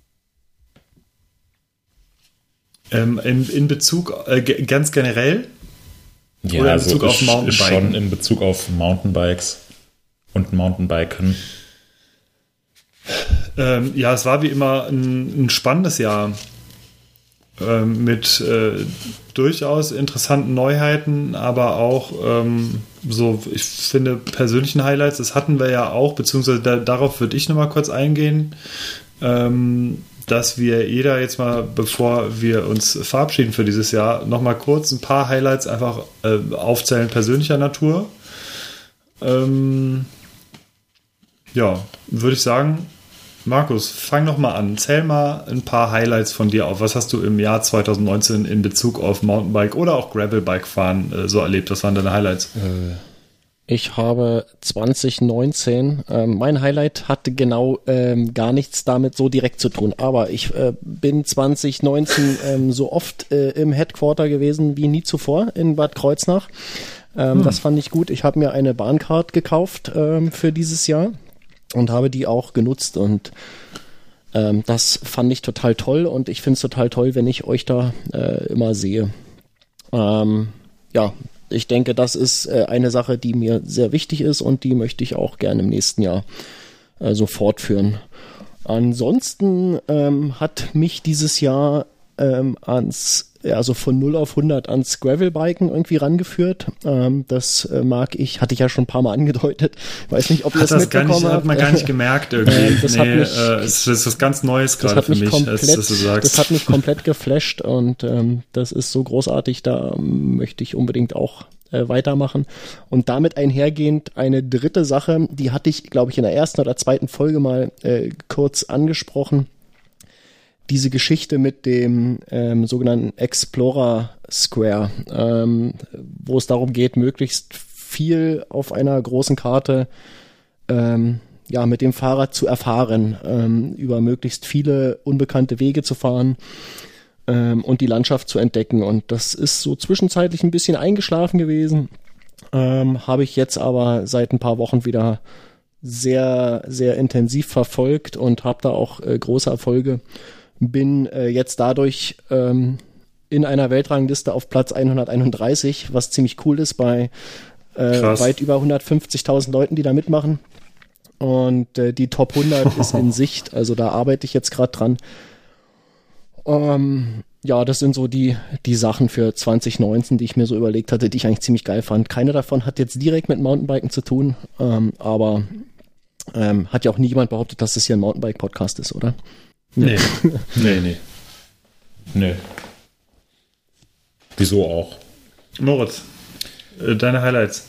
Ähm, in, in Bezug, äh, g- ganz generell? Ja, oder in Bezug Bezug auf Mountainbiken? Schon in Bezug auf Mountainbikes und Mountainbiken. Ähm, ja, es war wie immer ein, ein spannendes Jahr. Mit äh, durchaus interessanten Neuheiten, aber auch ähm, so, ich finde, persönlichen Highlights, das hatten wir ja auch, beziehungsweise da, darauf würde ich nochmal kurz eingehen. ähm, dass wir jeder jetzt mal, bevor wir uns verabschieden für dieses Jahr, nochmal kurz ein paar Highlights einfach äh, aufzählen persönlicher Natur. Ähm, ja, würde ich sagen, Markus, fang noch mal an. Zähl mal ein paar Highlights von dir auf. Was hast du im Jahr zwanzig neunzehn in Bezug auf Mountainbike oder auch Gravelbike fahren äh, so erlebt? Was waren deine Highlights? Ich habe zwanzig neunzehn, äh, mein Highlight hatte genau ähm, gar nichts damit so direkt zu tun, aber ich äh, bin zwanzig neunzehn ähm, so oft äh, im Headquarter gewesen wie nie zuvor in Bad Kreuznach. Ähm, hm. Das fand ich gut. Ich habe mir eine Bahncard gekauft ähm, für dieses Jahr und habe die auch genutzt und ähm, das fand ich total toll und ich finde es total toll, wenn ich euch da äh, immer sehe. Ähm, ja, ich denke, das ist äh, eine Sache, die mir sehr wichtig ist und die möchte ich auch gerne im nächsten Jahr äh, so fortführen. Ansonsten ähm, hat mich dieses Jahr ähm, ans also von null auf hundert ans Gravelbiken irgendwie rangeführt. Ähm, das äh, mag ich, hatte ich ja schon ein paar Mal angedeutet. Weiß nicht, ob ihr hat das, das mitbekommen gar nicht, habt. Hat man gar nicht gemerkt irgendwie. Äh, das nee, hat mich, äh, es ist was ganz Neues gerade für mich, komplett, als dass du sagst. Das hat mich komplett geflasht und ähm, das ist so großartig, da ähm, möchte ich unbedingt auch äh, weitermachen. Und damit einhergehend eine dritte Sache, die hatte ich, glaube ich, in der ersten oder zweiten Folge mal äh, kurz angesprochen. Diese Geschichte mit dem ähm, sogenannten Explorer Square, ähm, wo es darum geht, möglichst viel auf einer großen Karte ähm, ja, mit dem Fahrrad zu erfahren, ähm, über möglichst viele unbekannte Wege zu fahren ähm, und die Landschaft zu entdecken. Und das ist so zwischenzeitlich ein bisschen eingeschlafen gewesen, ähm, habe ich jetzt aber seit ein paar Wochen wieder sehr, sehr intensiv verfolgt und habe da auch äh, große Erfolge. Bin äh, jetzt dadurch ähm, in einer Weltrangliste auf Platz hunderteinunddreißig, was ziemlich cool ist bei äh, weit über hundertfünfzigtausend Leuten, die da mitmachen. Und äh, die Top hundert ist in Sicht, also da arbeite ich jetzt gerade dran. Ähm, ja, das sind so die die Sachen für zwanzig neunzehn, die ich mir so überlegt hatte, die ich eigentlich ziemlich geil fand. Keine davon hat jetzt direkt mit Mountainbiken zu tun, ähm, aber ähm, hat ja auch nie jemand behauptet, dass das hier ein Mountainbike-Podcast ist, oder? Nee. nee, nee. Nee. Wieso auch? Moritz, äh, deine Highlights?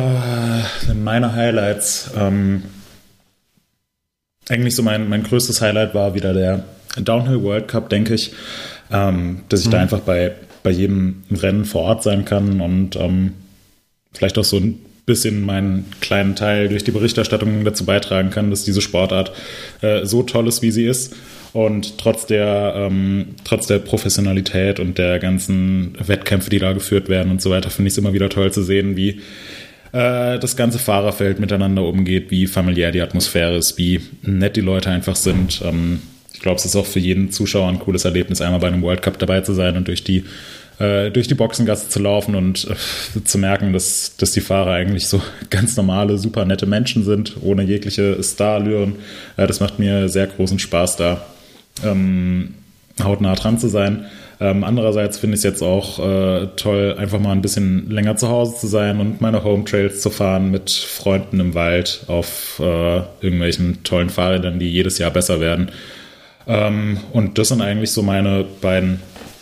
Äh, meine Highlights. Ähm, eigentlich so mein, mein größtes Highlight war wieder der Downhill World Cup, denke ich. Ähm, dass ich mhm. da einfach bei, bei jedem Rennen vor Ort sein kann und ähm, vielleicht auch so ein bisschen meinen kleinen Teil durch die Berichterstattung dazu beitragen kann, dass diese Sportart äh, so toll ist, wie sie ist. Und trotz der, ähm, trotz der Professionalität und der ganzen Wettkämpfe, die da geführt werden und so weiter, finde ich es immer wieder toll zu sehen, wie äh, das ganze Fahrerfeld miteinander umgeht, wie familiär die Atmosphäre ist, wie nett die Leute einfach sind. Ähm, ich glaube, es ist auch für jeden Zuschauer ein cooles Erlebnis, einmal bei einem World Cup dabei zu sein und durch die äh, durch die Boxengasse zu laufen und äh, zu merken, dass, dass die Fahrer eigentlich so ganz normale, super nette Menschen sind, ohne jegliche Starallüren. Äh, das macht mir sehr großen Spaß, da ähm, hautnah dran zu sein. Ähm, andererseits finde ich es jetzt auch äh, toll, einfach mal ein bisschen länger zu Hause zu sein und meine Home Trails zu fahren mit Freunden im Wald auf äh, irgendwelchen tollen Fahrrädern, die jedes Jahr besser werden. Ähm, und das sind eigentlich so meine beiden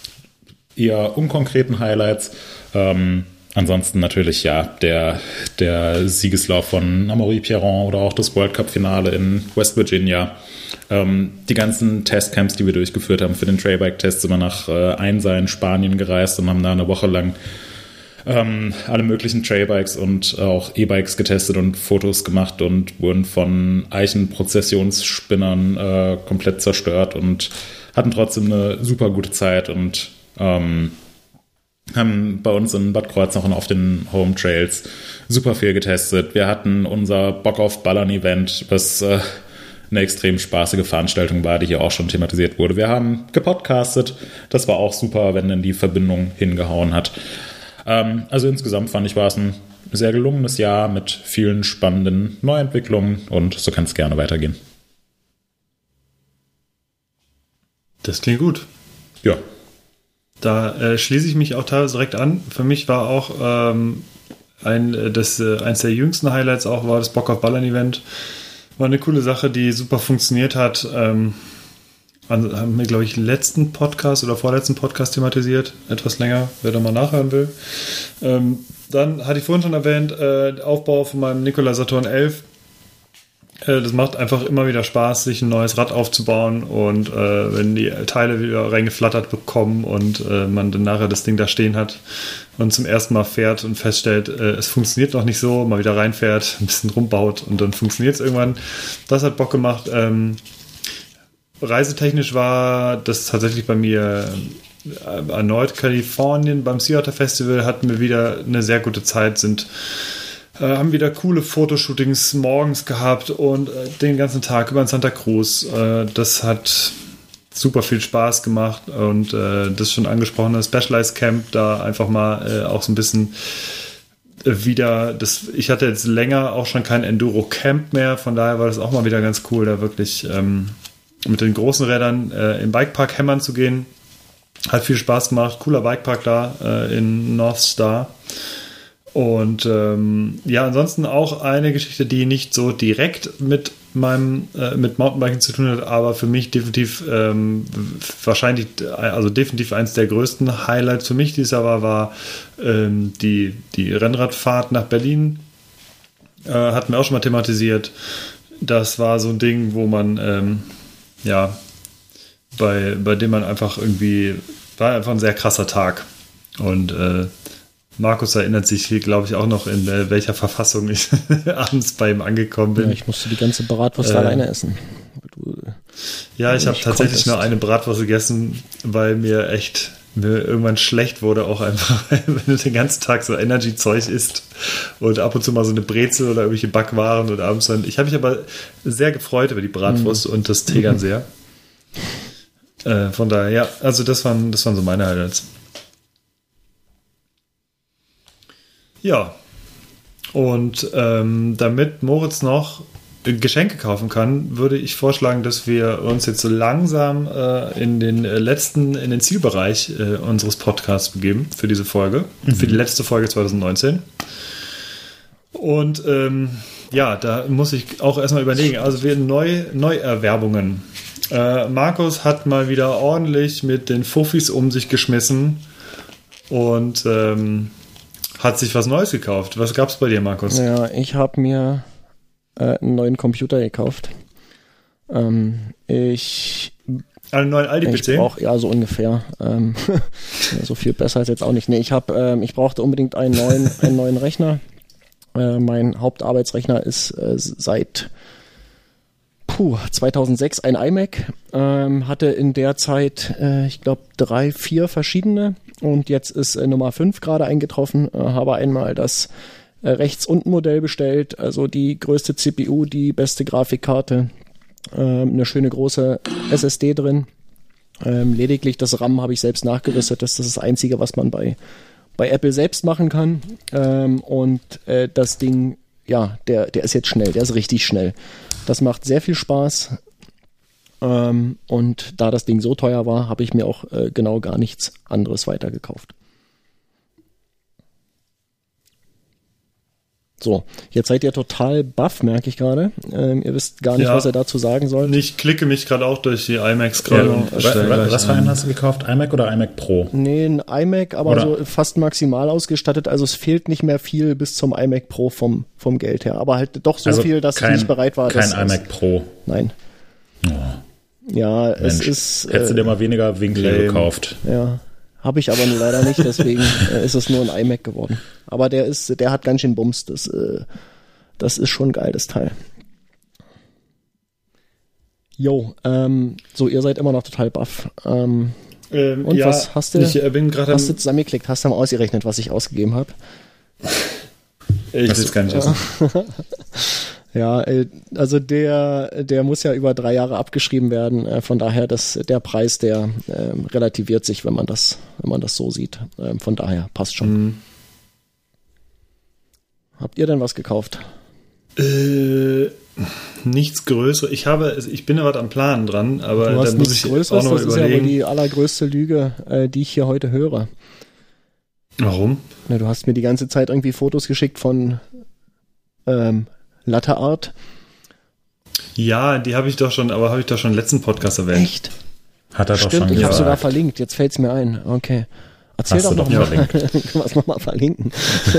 eher unkonkreten Highlights. Ähm, ansonsten natürlich ja der, der Siegeslauf von Amaury Pierron oder auch das World Cup Finale in West Virginia. Ähm, die ganzen Testcamps, die wir durchgeführt haben für den Trailbike-Test, sind wir nach äh, Einsa in Spanien gereist und haben da eine Woche lang ähm, alle möglichen Trailbikes und auch E-Bikes getestet und Fotos gemacht und wurden von Eichenprozessionsspinnern äh, komplett zerstört und hatten trotzdem eine super gute Zeit und ähm, haben bei uns in Bad Kreuznach auf den Home Trails super viel getestet. Wir hatten unser Bock auf Ballern Event, was äh, eine extrem spaßige Veranstaltung war, die hier auch schon thematisiert wurde. Wir haben gepodcastet, das war auch super, wenn dann die Verbindung hingehauen hat. Ähm, also insgesamt fand ich, war es ein sehr gelungenes Jahr mit vielen spannenden Neuentwicklungen und so kann es gerne weitergehen. Das klingt gut. Ja. Da äh, schließe ich mich auch teilweise direkt an. Für mich war auch ähm, ein, das, äh, eins der jüngsten Highlights auch war das Bock auf Ballern Event. War eine coole Sache, die super funktioniert hat. Ähm, also haben wir, glaube ich, letzten Podcast oder vorletzten Podcast thematisiert. Etwas länger, wer da mal nachhören will. Ähm, dann hatte ich vorhin schon erwähnt, äh, Aufbau von meinem Nikola Saturn elf. Äh, das macht einfach immer wieder Spaß, sich ein neues Rad aufzubauen und äh, wenn die Teile wieder reingeflattert bekommen und äh, man dann nachher das Ding da stehen hat und zum ersten Mal fährt und feststellt, äh, es funktioniert noch nicht so, mal wieder reinfährt, ein bisschen rumbaut und dann funktioniert es irgendwann. Das hat Bock gemacht. Ähm, reisetechnisch war das tatsächlich bei mir erneut Kalifornien. Beim Sea Otter Festival hatten wir wieder eine sehr gute Zeit, sind äh, haben wieder coole Fotoshootings morgens gehabt und äh, den ganzen Tag über in Santa Cruz. Äh, das hat super viel Spaß gemacht und äh, das schon angesprochene Specialized Camp, da einfach mal äh, auch so ein bisschen wieder, das, ich hatte jetzt länger auch schon kein Enduro Camp mehr, von daher war das auch mal wieder ganz cool, da wirklich ähm, mit den großen Rädern äh, im Bikepark hämmern zu gehen. Hat viel Spaß gemacht. Cooler Bikepark da äh, in North Star. Und ähm, ja, ansonsten auch eine Geschichte, die nicht so direkt mit meinem äh, mit Mountainbiking zu tun hat, aber für mich definitiv ähm, wahrscheinlich, also definitiv eins der größten Highlights für mich dieses Jahr war, war ähm, die, die Rennradfahrt nach Berlin. Äh, hatten wir auch schon mal thematisiert. Das war so ein Ding, wo man ähm, ja bei, bei dem man einfach irgendwie, war einfach ein sehr krasser Tag. Und äh, Markus erinnert sich, glaube ich, auch noch, in äh, welcher Verfassung ich abends bei ihm angekommen bin. Ja, ich musste die ganze Bratwurst äh, alleine essen. Du, ja, ich habe tatsächlich konntest. nur eine Bratwurst gegessen, weil mir echt mir irgendwann schlecht wurde, auch einfach, wenn du den ganzen Tag so Energy-Zeug isst und ab und zu mal so eine Brezel oder irgendwelche Backwaren und abends dann. Ich habe mich aber sehr gefreut über die Bratwurst mm. und das Tegern sehr. Äh, von daher, ja, also das waren, das waren so meine Highlights. Ja, und ähm, damit Moritz noch Geschenke kaufen kann, würde ich vorschlagen, dass wir uns jetzt so langsam äh, in den letzten, in den Zielbereich äh, unseres Podcasts begeben für diese Folge, mhm. für die letzte Folge zwanzig neunzehn. Und ähm, ja, da muss ich auch erstmal überlegen, also wir neu, Neuerwerbungen. Äh, Markus hat mal wieder ordentlich mit den Fuffis um sich geschmissen und ähm, hat sich was Neues gekauft. Was gab's bei dir, Markus? Ja, ich habe mir äh, einen neuen Computer gekauft. Ähm, ich einen neuen Aldi-P C? Ich brauch, ja, so ungefähr. Ähm, so viel besser ist jetzt auch nicht. Nee, ich habe, ähm, ich brauchte unbedingt einen neuen, einen neuen Rechner. Äh, mein Hauptarbeitsrechner ist äh, seit puh, zweitausendsechs ein iMac. Ähm, hatte in der Zeit, äh, ich glaube, drei, vier verschiedene. Und jetzt ist äh, Nummer fünf gerade eingetroffen. Äh, habe einmal das äh, Rechts-Unten-Modell bestellt, also die größte C P U, die beste Grafikkarte, äh, eine schöne große S S D drin. Ähm, lediglich das RAM habe ich selbst nachgerüstet. Das ist das Einzige, was man bei, bei Apple selbst machen kann. Ähm, und äh, das Ding, ja, der, der ist jetzt schnell, der ist richtig schnell. Das macht sehr viel Spaß. Ähm, und da das Ding so teuer war, habe ich mir auch äh, genau gar nichts anderes weitergekauft. So, jetzt seid ihr total baff, merke ich gerade. Ähm, ihr wisst gar nicht, ja, was ihr dazu sagen sollt. Ich klicke mich gerade auch durch die iMacs gerade. Ja, was, was für einen hast du gekauft? iMac oder iMac Pro? Nee, ein iMac, aber oder? so fast maximal ausgestattet. Also es fehlt nicht mehr viel bis zum iMac Pro vom, vom Geld her. Aber halt doch so also viel, dass kein, ich nicht bereit war. Kein iMac Pro? Nein. Oh. Ja, Mensch, es ist... Hättest äh, du dir mal weniger Winkel äh, gekauft. Ja, habe ich aber nur leider nicht, deswegen äh, ist es nur ein iMac geworden. Aber der ist, der hat ganz schön Bums, das, äh, das ist schon geil, das Teil. Jo, ähm, so, ihr seid immer noch total baff. Ähm, ähm, und ja, was hast du, ich bin hast du zusammengeklickt? Hast du mal ausgerechnet, was ich ausgegeben habe? Ich will es gar nicht wissen. Ja, also der, der muss ja über drei Jahre abgeschrieben werden. Von daher, das, der Preis, der äh, relativiert sich, wenn man das, wenn man das so sieht. Ähm, von daher passt schon. Mhm. Habt ihr denn was gekauft? Äh, nichts Größeres. Ich habe, ich bin ja was am Planen dran, aber du hast da muss ich Größeres, auch noch das überlegen. Das ist ja wohl die allergrößte Lüge, äh, die ich hier heute höre. Warum? Na, du hast mir die ganze Zeit irgendwie Fotos geschickt von ähm, Latte Art. Ja, die habe ich doch schon, aber habe ich doch schon im letzten Podcast erwähnt. Echt? Hat er Stimmt, doch schon ich gesagt. habe sogar verlinkt, jetzt fällt's mir ein. Okay. Erzähl Hast doch du noch doch mal. verlinkt. Können wir es nochmal verlinken?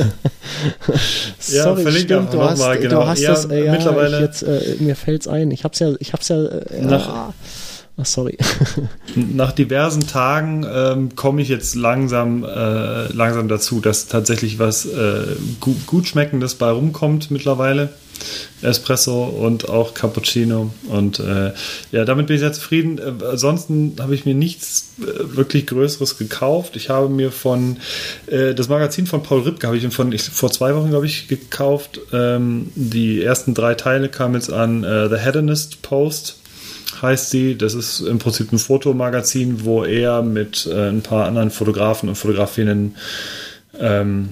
Ja, Sorry, verlinke stimmt, auch du noch hast, mal, genau. du hast Ja, das, äh, ja, mittlerweile- ich jetzt, äh, mir fällt's ein. Ich hab's ja, ich hab's ja, äh, Nach- ah, ach, sorry. Nach diversen Tagen ähm, komme ich jetzt langsam, äh, langsam dazu, dass tatsächlich was äh, gut, gut Schmeckendes bei rumkommt mittlerweile. Espresso und auch Cappuccino. Und äh, ja, damit bin ich sehr zufrieden. Äh, ansonsten habe ich mir nichts äh, wirklich Größeres gekauft. Ich habe mir von äh, das Magazin von Paul Ripke habe ich von ich, vor zwei Wochen, glaube ich, gekauft. Ähm, die ersten drei Teile kamen jetzt an äh, The Hedonist Post. Heißt sie. Das ist im Prinzip ein Fotomagazin, wo er mit äh, ein paar anderen Fotografen und Fotografinnen ähm,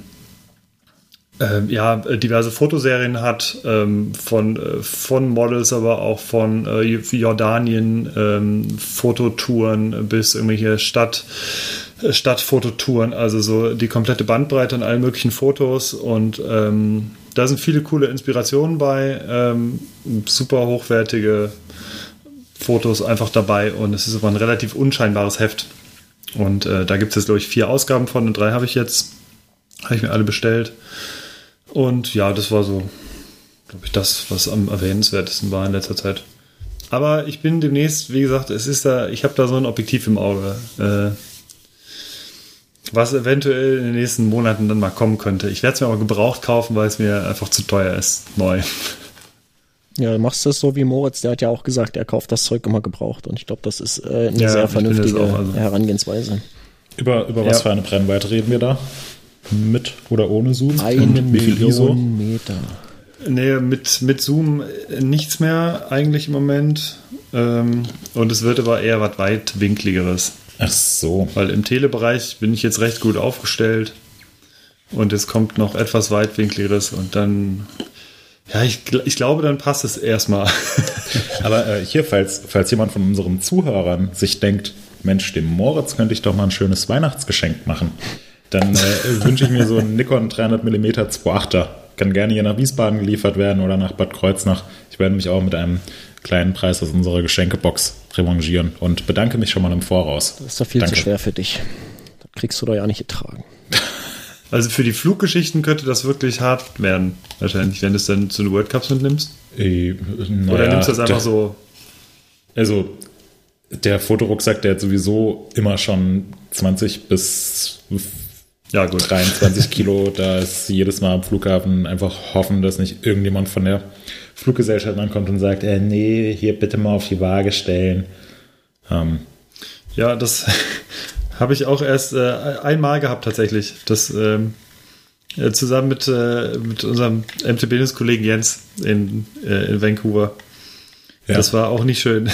ähm, ja, diverse Fotoserien hat, ähm, von, äh, von Models, aber auch von äh, Jordanien, ähm, Fototouren bis irgendwelche Stadt, äh, Stadtfototouren, also so die komplette Bandbreite an allen möglichen Fotos und ähm, da sind viele coole Inspirationen bei, ähm, super hochwertige Fotos einfach dabei und es ist aber ein relativ unscheinbares Heft. Und äh, da gibt es jetzt, glaube ich, vier Ausgaben von und drei habe ich jetzt. Habe ich mir alle bestellt. Und ja, das war so, glaube ich, das, was am erwähnenswertesten war in letzter Zeit. Aber ich bin demnächst, wie gesagt, es ist da, ich habe da so ein Objektiv im Auge, äh, was eventuell in den nächsten Monaten dann mal kommen könnte. Ich werde es mir aber gebraucht kaufen, weil es mir einfach zu teuer ist, neu. Ja, du machst das so wie Moritz, der hat ja auch gesagt, er kauft das Zeug immer gebraucht und ich glaube, das ist äh, eine Ja, sehr ich bin vernünftige das auch, also. Herangehensweise. Über, über was Ja. für eine Brennweite reden wir da? Mit oder ohne Zoom? Eine Und wie viel I S O? Million Meter. Nee, mit, mit Zoom nichts mehr eigentlich im Moment. Ähm, und es wird aber eher was weitwinkligeres. Ach so. Weil im Telebereich bin ich jetzt recht gut aufgestellt. Und es kommt noch etwas weitwinkligeres und dann, ja, ich, gl- ich glaube, dann passt es erstmal. Aber äh, hier, falls, falls jemand von unseren Zuhörern sich denkt, Mensch, dem Moritz könnte ich doch mal ein schönes Weihnachtsgeschenk machen, dann äh, wünsche ich mir so einen Nikon dreihundert Millimeter zwei Komma achter. Kann gerne hier nach Wiesbaden geliefert werden oder nach Bad Kreuznach. Ich werde mich auch mit einem kleinen Preis aus unserer Geschenkebox revanchieren und bedanke mich schon mal im Voraus. Das ist doch viel Danke. zu schwer für dich. Das kriegst du doch ja nicht getragen. Also für die Fluggeschichten könnte das wirklich hart werden, wahrscheinlich, wenn du es dann zu den World Cups mitnimmst. Äh, naja, Oder nimmst du das einfach der, so? Also, der Fotorucksack, der hat sowieso immer schon zwanzig bis Ja, gut. dreiundzwanzig Kilo. Da ist jedes Mal am Flughafen einfach hoffen, dass nicht irgendjemand von der Fluggesellschaft ankommt und sagt, äh, nee, hier bitte mal auf die Waage stellen. Ähm, Ja, das habe ich auch erst äh, einmal gehabt tatsächlich. Das ähm, äh, zusammen mit, äh, mit unserem M T B-Kollegen Jens in, äh, in Vancouver. Ja. Das war auch nicht schön.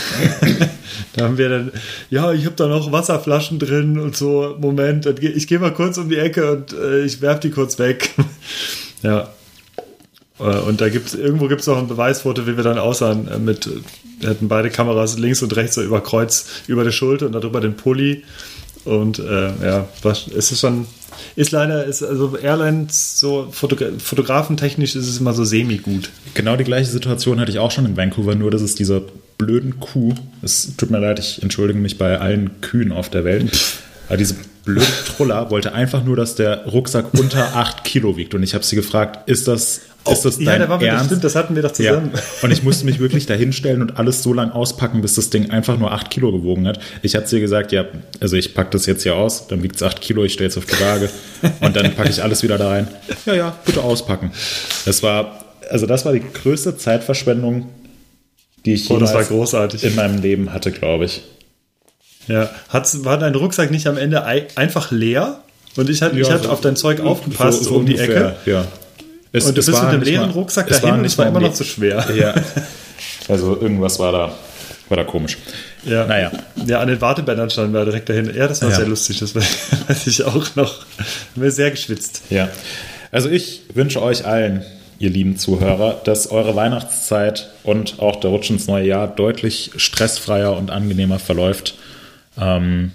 Da haben wir dann, ja, ich habe da noch Wasserflaschen drin und so, Moment, dann geh- ich gehe mal kurz um die Ecke und äh, ich werf die kurz weg. Ja. Äh, Und da gibt's, irgendwo gibt es noch ein Beweisfoto, wie wir dann aussahen. äh, Mit, wir hatten beide Kameras links und rechts so über Kreuz, über der Schulter und darüber den Pulli. Und äh, ja, was, es ist schon, ist leider, ist also Airlines so Fotogra- fotografentechnisch ist es immer so semi-gut. Genau die gleiche Situation hatte ich auch schon in Vancouver, nur dass es dieser blöden Kuh, es tut mir leid, ich entschuldige mich bei allen Kühen auf der Welt, aber diese blöde Truller wollte einfach nur, dass der Rucksack unter acht Kilo wiegt und ich habe sie gefragt, ist das, ist das ja, dein da waren wir, das Ernst? stimmt, das hatten wir doch Ja. zusammen. Und ich musste mich wirklich da hinstellen und alles so lang auspacken, bis das Ding einfach nur acht Kilo gewogen hat. Ich hatte ihr gesagt, ja, also ich packe das jetzt hier aus, dann wiegt es acht Kilo, ich stelle es auf die Waage und dann packe ich alles wieder da rein. Ja, ja, bitte auspacken. Das war, also das war die größte Zeitverschwendung, die ich Oh, das war jemals großartig. in meinem Leben hatte, glaube ich. Ja. Hat's, war dein Rucksack nicht am Ende ei- einfach leer? Und ich hatte, ich Ja, hatte so- auf dein Zeug aufgepasst, so, um die ungefähr, Ecke. Ja. Es, Und du es bist war mit dem nicht leeren mal- Rucksack es dahin und nicht es war mal immer le- noch zu schwer. Ja. Also irgendwas war da, war da komisch. Ja. Naja. Ja, an den Wartebändern standen wir direkt dahin. Ja, das war Ja. sehr lustig. Das war- weiß ich auch noch. Haben wir sehr geschwitzt. Ja, also ich wünsche euch allen, ihr lieben Zuhörer, dass eure Weihnachtszeit und auch der Rutsch ins neue Jahr deutlich stressfreier und angenehmer verläuft ähm,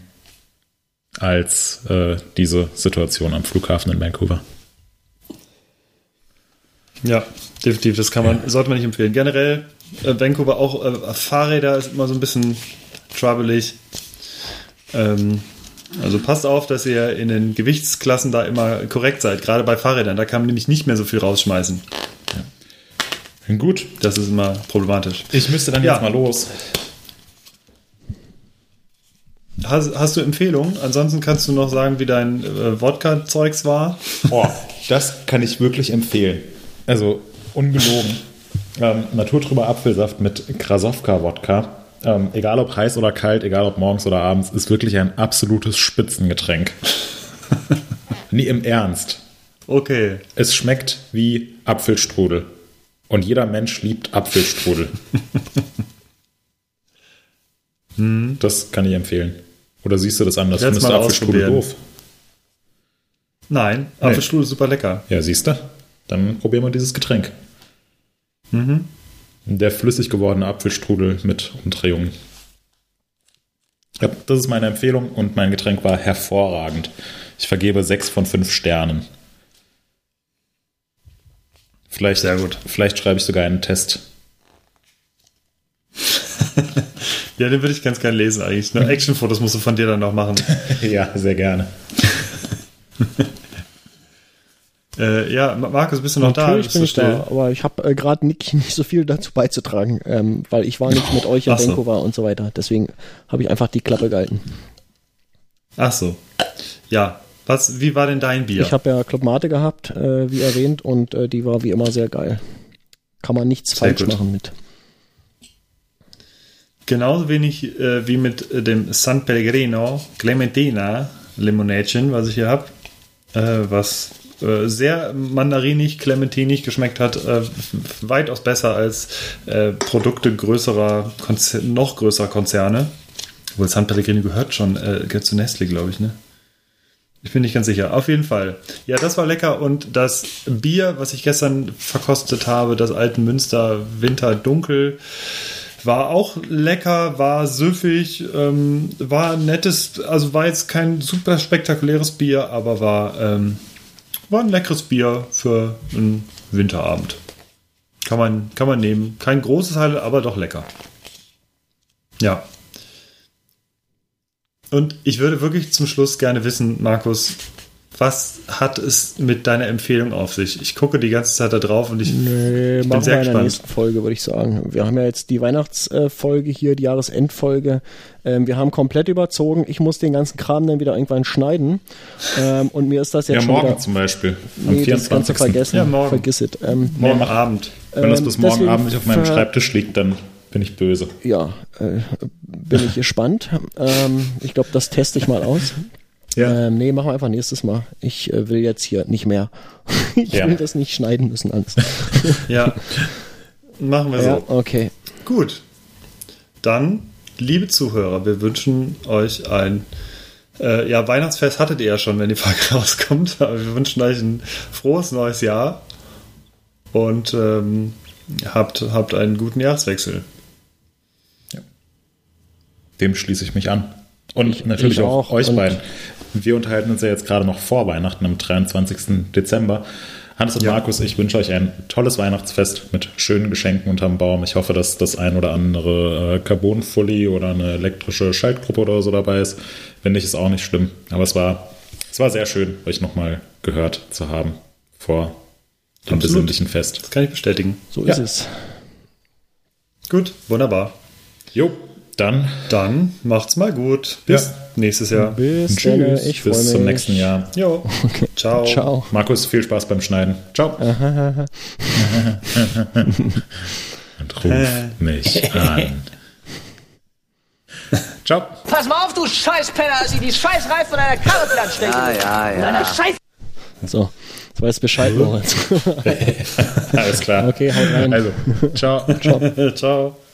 als äh, diese Situation am Flughafen in Vancouver. Ja, definitiv. Das kann man, sollte man nicht empfehlen. Generell, äh, Vancouver auch, äh, Fahrräder ist immer so ein bisschen troubelig. Ähm, also passt auf, dass ihr in den Gewichtsklassen da immer korrekt seid. Gerade bei Fahrrädern, da kann man nämlich nicht mehr so viel rausschmeißen. Ja. Gut. Das ist immer problematisch. Ich müsste dann ja. jetzt mal los. Hast, hast du Empfehlungen? Ansonsten kannst du noch sagen, wie dein äh, Wodka-Zeugs war. Oh, das kann ich wirklich empfehlen. Also ungelogen. Ähm, naturtrüber Apfelsaft mit Krasowka-Wodka. Ähm, egal ob heiß oder kalt, egal ob morgens oder abends, ist wirklich ein absolutes Spitzengetränk. Nie im Ernst. Okay. Es schmeckt wie Apfelstrudel. Und jeder Mensch liebt Apfelstrudel. hm. Das kann ich empfehlen. Oder siehst du das anders? Findest du Apfelstrudel doof? Nein, Apfelstrudel nee. ist super lecker. Ja, siehst du? Dann probieren wir dieses Getränk. Mhm. Der flüssig gewordene Apfelstrudel mit Umdrehungen. Ja, das ist meine Empfehlung und mein Getränk war hervorragend. Ich vergebe sechs von fünf Sternen. Vielleicht, Sehr gut. Vielleicht schreibe ich sogar einen Test. Ja, den würde ich ganz gerne lesen eigentlich. Ne? Actionfotos musst du von dir dann noch machen. Ja, sehr gerne. Äh, ja, Markus, bist du noch Natürlich da? Natürlich bin ich da, aber ich habe äh, gerade nicht, nicht so viel dazu beizutragen, ähm, weil ich war nicht mit euch in so. Vancouver und so weiter. Deswegen habe ich einfach die Klappe gehalten. Ach so. Ja, was? Wie war denn dein Bier? Ich habe ja Club Mate gehabt, äh, wie erwähnt, und äh, die war wie immer sehr geil. Kann man nichts sehr falsch gut. machen mit. Genauso wenig äh, wie mit äh, dem San Pellegrino Clementina Limonädchen, was ich hier habe, äh, was äh, sehr mandarinig, clementinig geschmeckt hat, äh, weitaus besser als äh, Produkte größerer, Konzer- noch größerer Konzerne. Obwohl San Pellegrino gehört schon äh, gehört zu Nestle, glaube ich, ne? Ich bin nicht ganz sicher. Auf jeden Fall. Ja, das war lecker. Und das Bier, was ich gestern verkostet habe, das Alten Münster Winter Dunkel, war auch lecker, war süffig, ähm, war ein nettes, also war jetzt kein super spektakuläres Bier, aber war, ähm, war ein leckeres Bier für einen Winterabend. Kann man, kann man nehmen. Kein großes Highlight, aber doch lecker. Ja. Und ich würde wirklich zum Schluss gerne wissen, Markus, was hat es mit deiner Empfehlung auf sich? Ich gucke die ganze Zeit da drauf und ich, nee, ich bin sehr gespannt. Machen wir in der nächsten Folge, würde ich sagen. Wir haben ja jetzt die Weihnachtsfolge hier, die Jahresendfolge. Ähm, wir haben komplett überzogen. Ich muss den ganzen Kram dann wieder irgendwann schneiden. Ähm, und mir ist das jetzt ja, schon morgen wieder, zum Beispiel. Am nee, das kannst du vergessen. Ja, morgen. Vergiss es. Ähm, morgen Abend. Wenn das bis morgen Abend nicht auf meinem Schreibtisch liegt, dann bin ich böse. Ja, äh, bin ich gespannt. Ähm, ich glaube, das teste ich mal aus. Ja. Ähm, nee, machen wir einfach nächstes Mal. Ich äh, will jetzt hier nicht mehr. ich ja. will das nicht schneiden müssen alles. Ja, machen wir so. Ja, okay. Gut. Dann, liebe Zuhörer, wir wünschen euch ein äh, ja, Weihnachtsfest hattet ihr ja schon, wenn die Folge rauskommt. Aber wir wünschen euch ein frohes neues Jahr und ähm, habt, habt einen guten Jahreswechsel. Ja. Dem schließe ich mich an. Und ich, natürlich ich auch, auch euch und beiden. Wir unterhalten uns ja jetzt gerade noch vor Weihnachten am dreiundzwanzigsten Dezember. Hannes und ja. Markus, ich wünsche euch ein tolles Weihnachtsfest mit schönen Geschenken unterm Baum. Ich hoffe, dass das ein oder andere äh, Carbon-Fully oder eine elektrische Schaltgruppe oder so dabei ist. Wenn nicht, ist auch nicht schlimm. Aber es war, es war sehr schön, euch nochmal gehört zu haben vor dem besinnlichen Fest. Das kann ich bestätigen. So ja. ist es. Gut, wunderbar. Jo. Dann, dann macht's mal gut. Bis ja. nächstes Jahr. Bis Tschüss. Dann, ich Bis mich. zum nächsten Jahr. Jo. Okay. Ciao. Ciao. Markus, viel Spaß beim Schneiden. Ciao. Und ruf mich an. Ciao. Pass mal auf, du Scheißpenner, dass ich die Scheißreifen von deiner Karre platt stecke. Ja, ja, ja. Deine Scheiß... So, jetzt weißt du Bescheid, Moritz. Alles klar. Okay, haut rein. Also, ciao. Ciao. Ciao.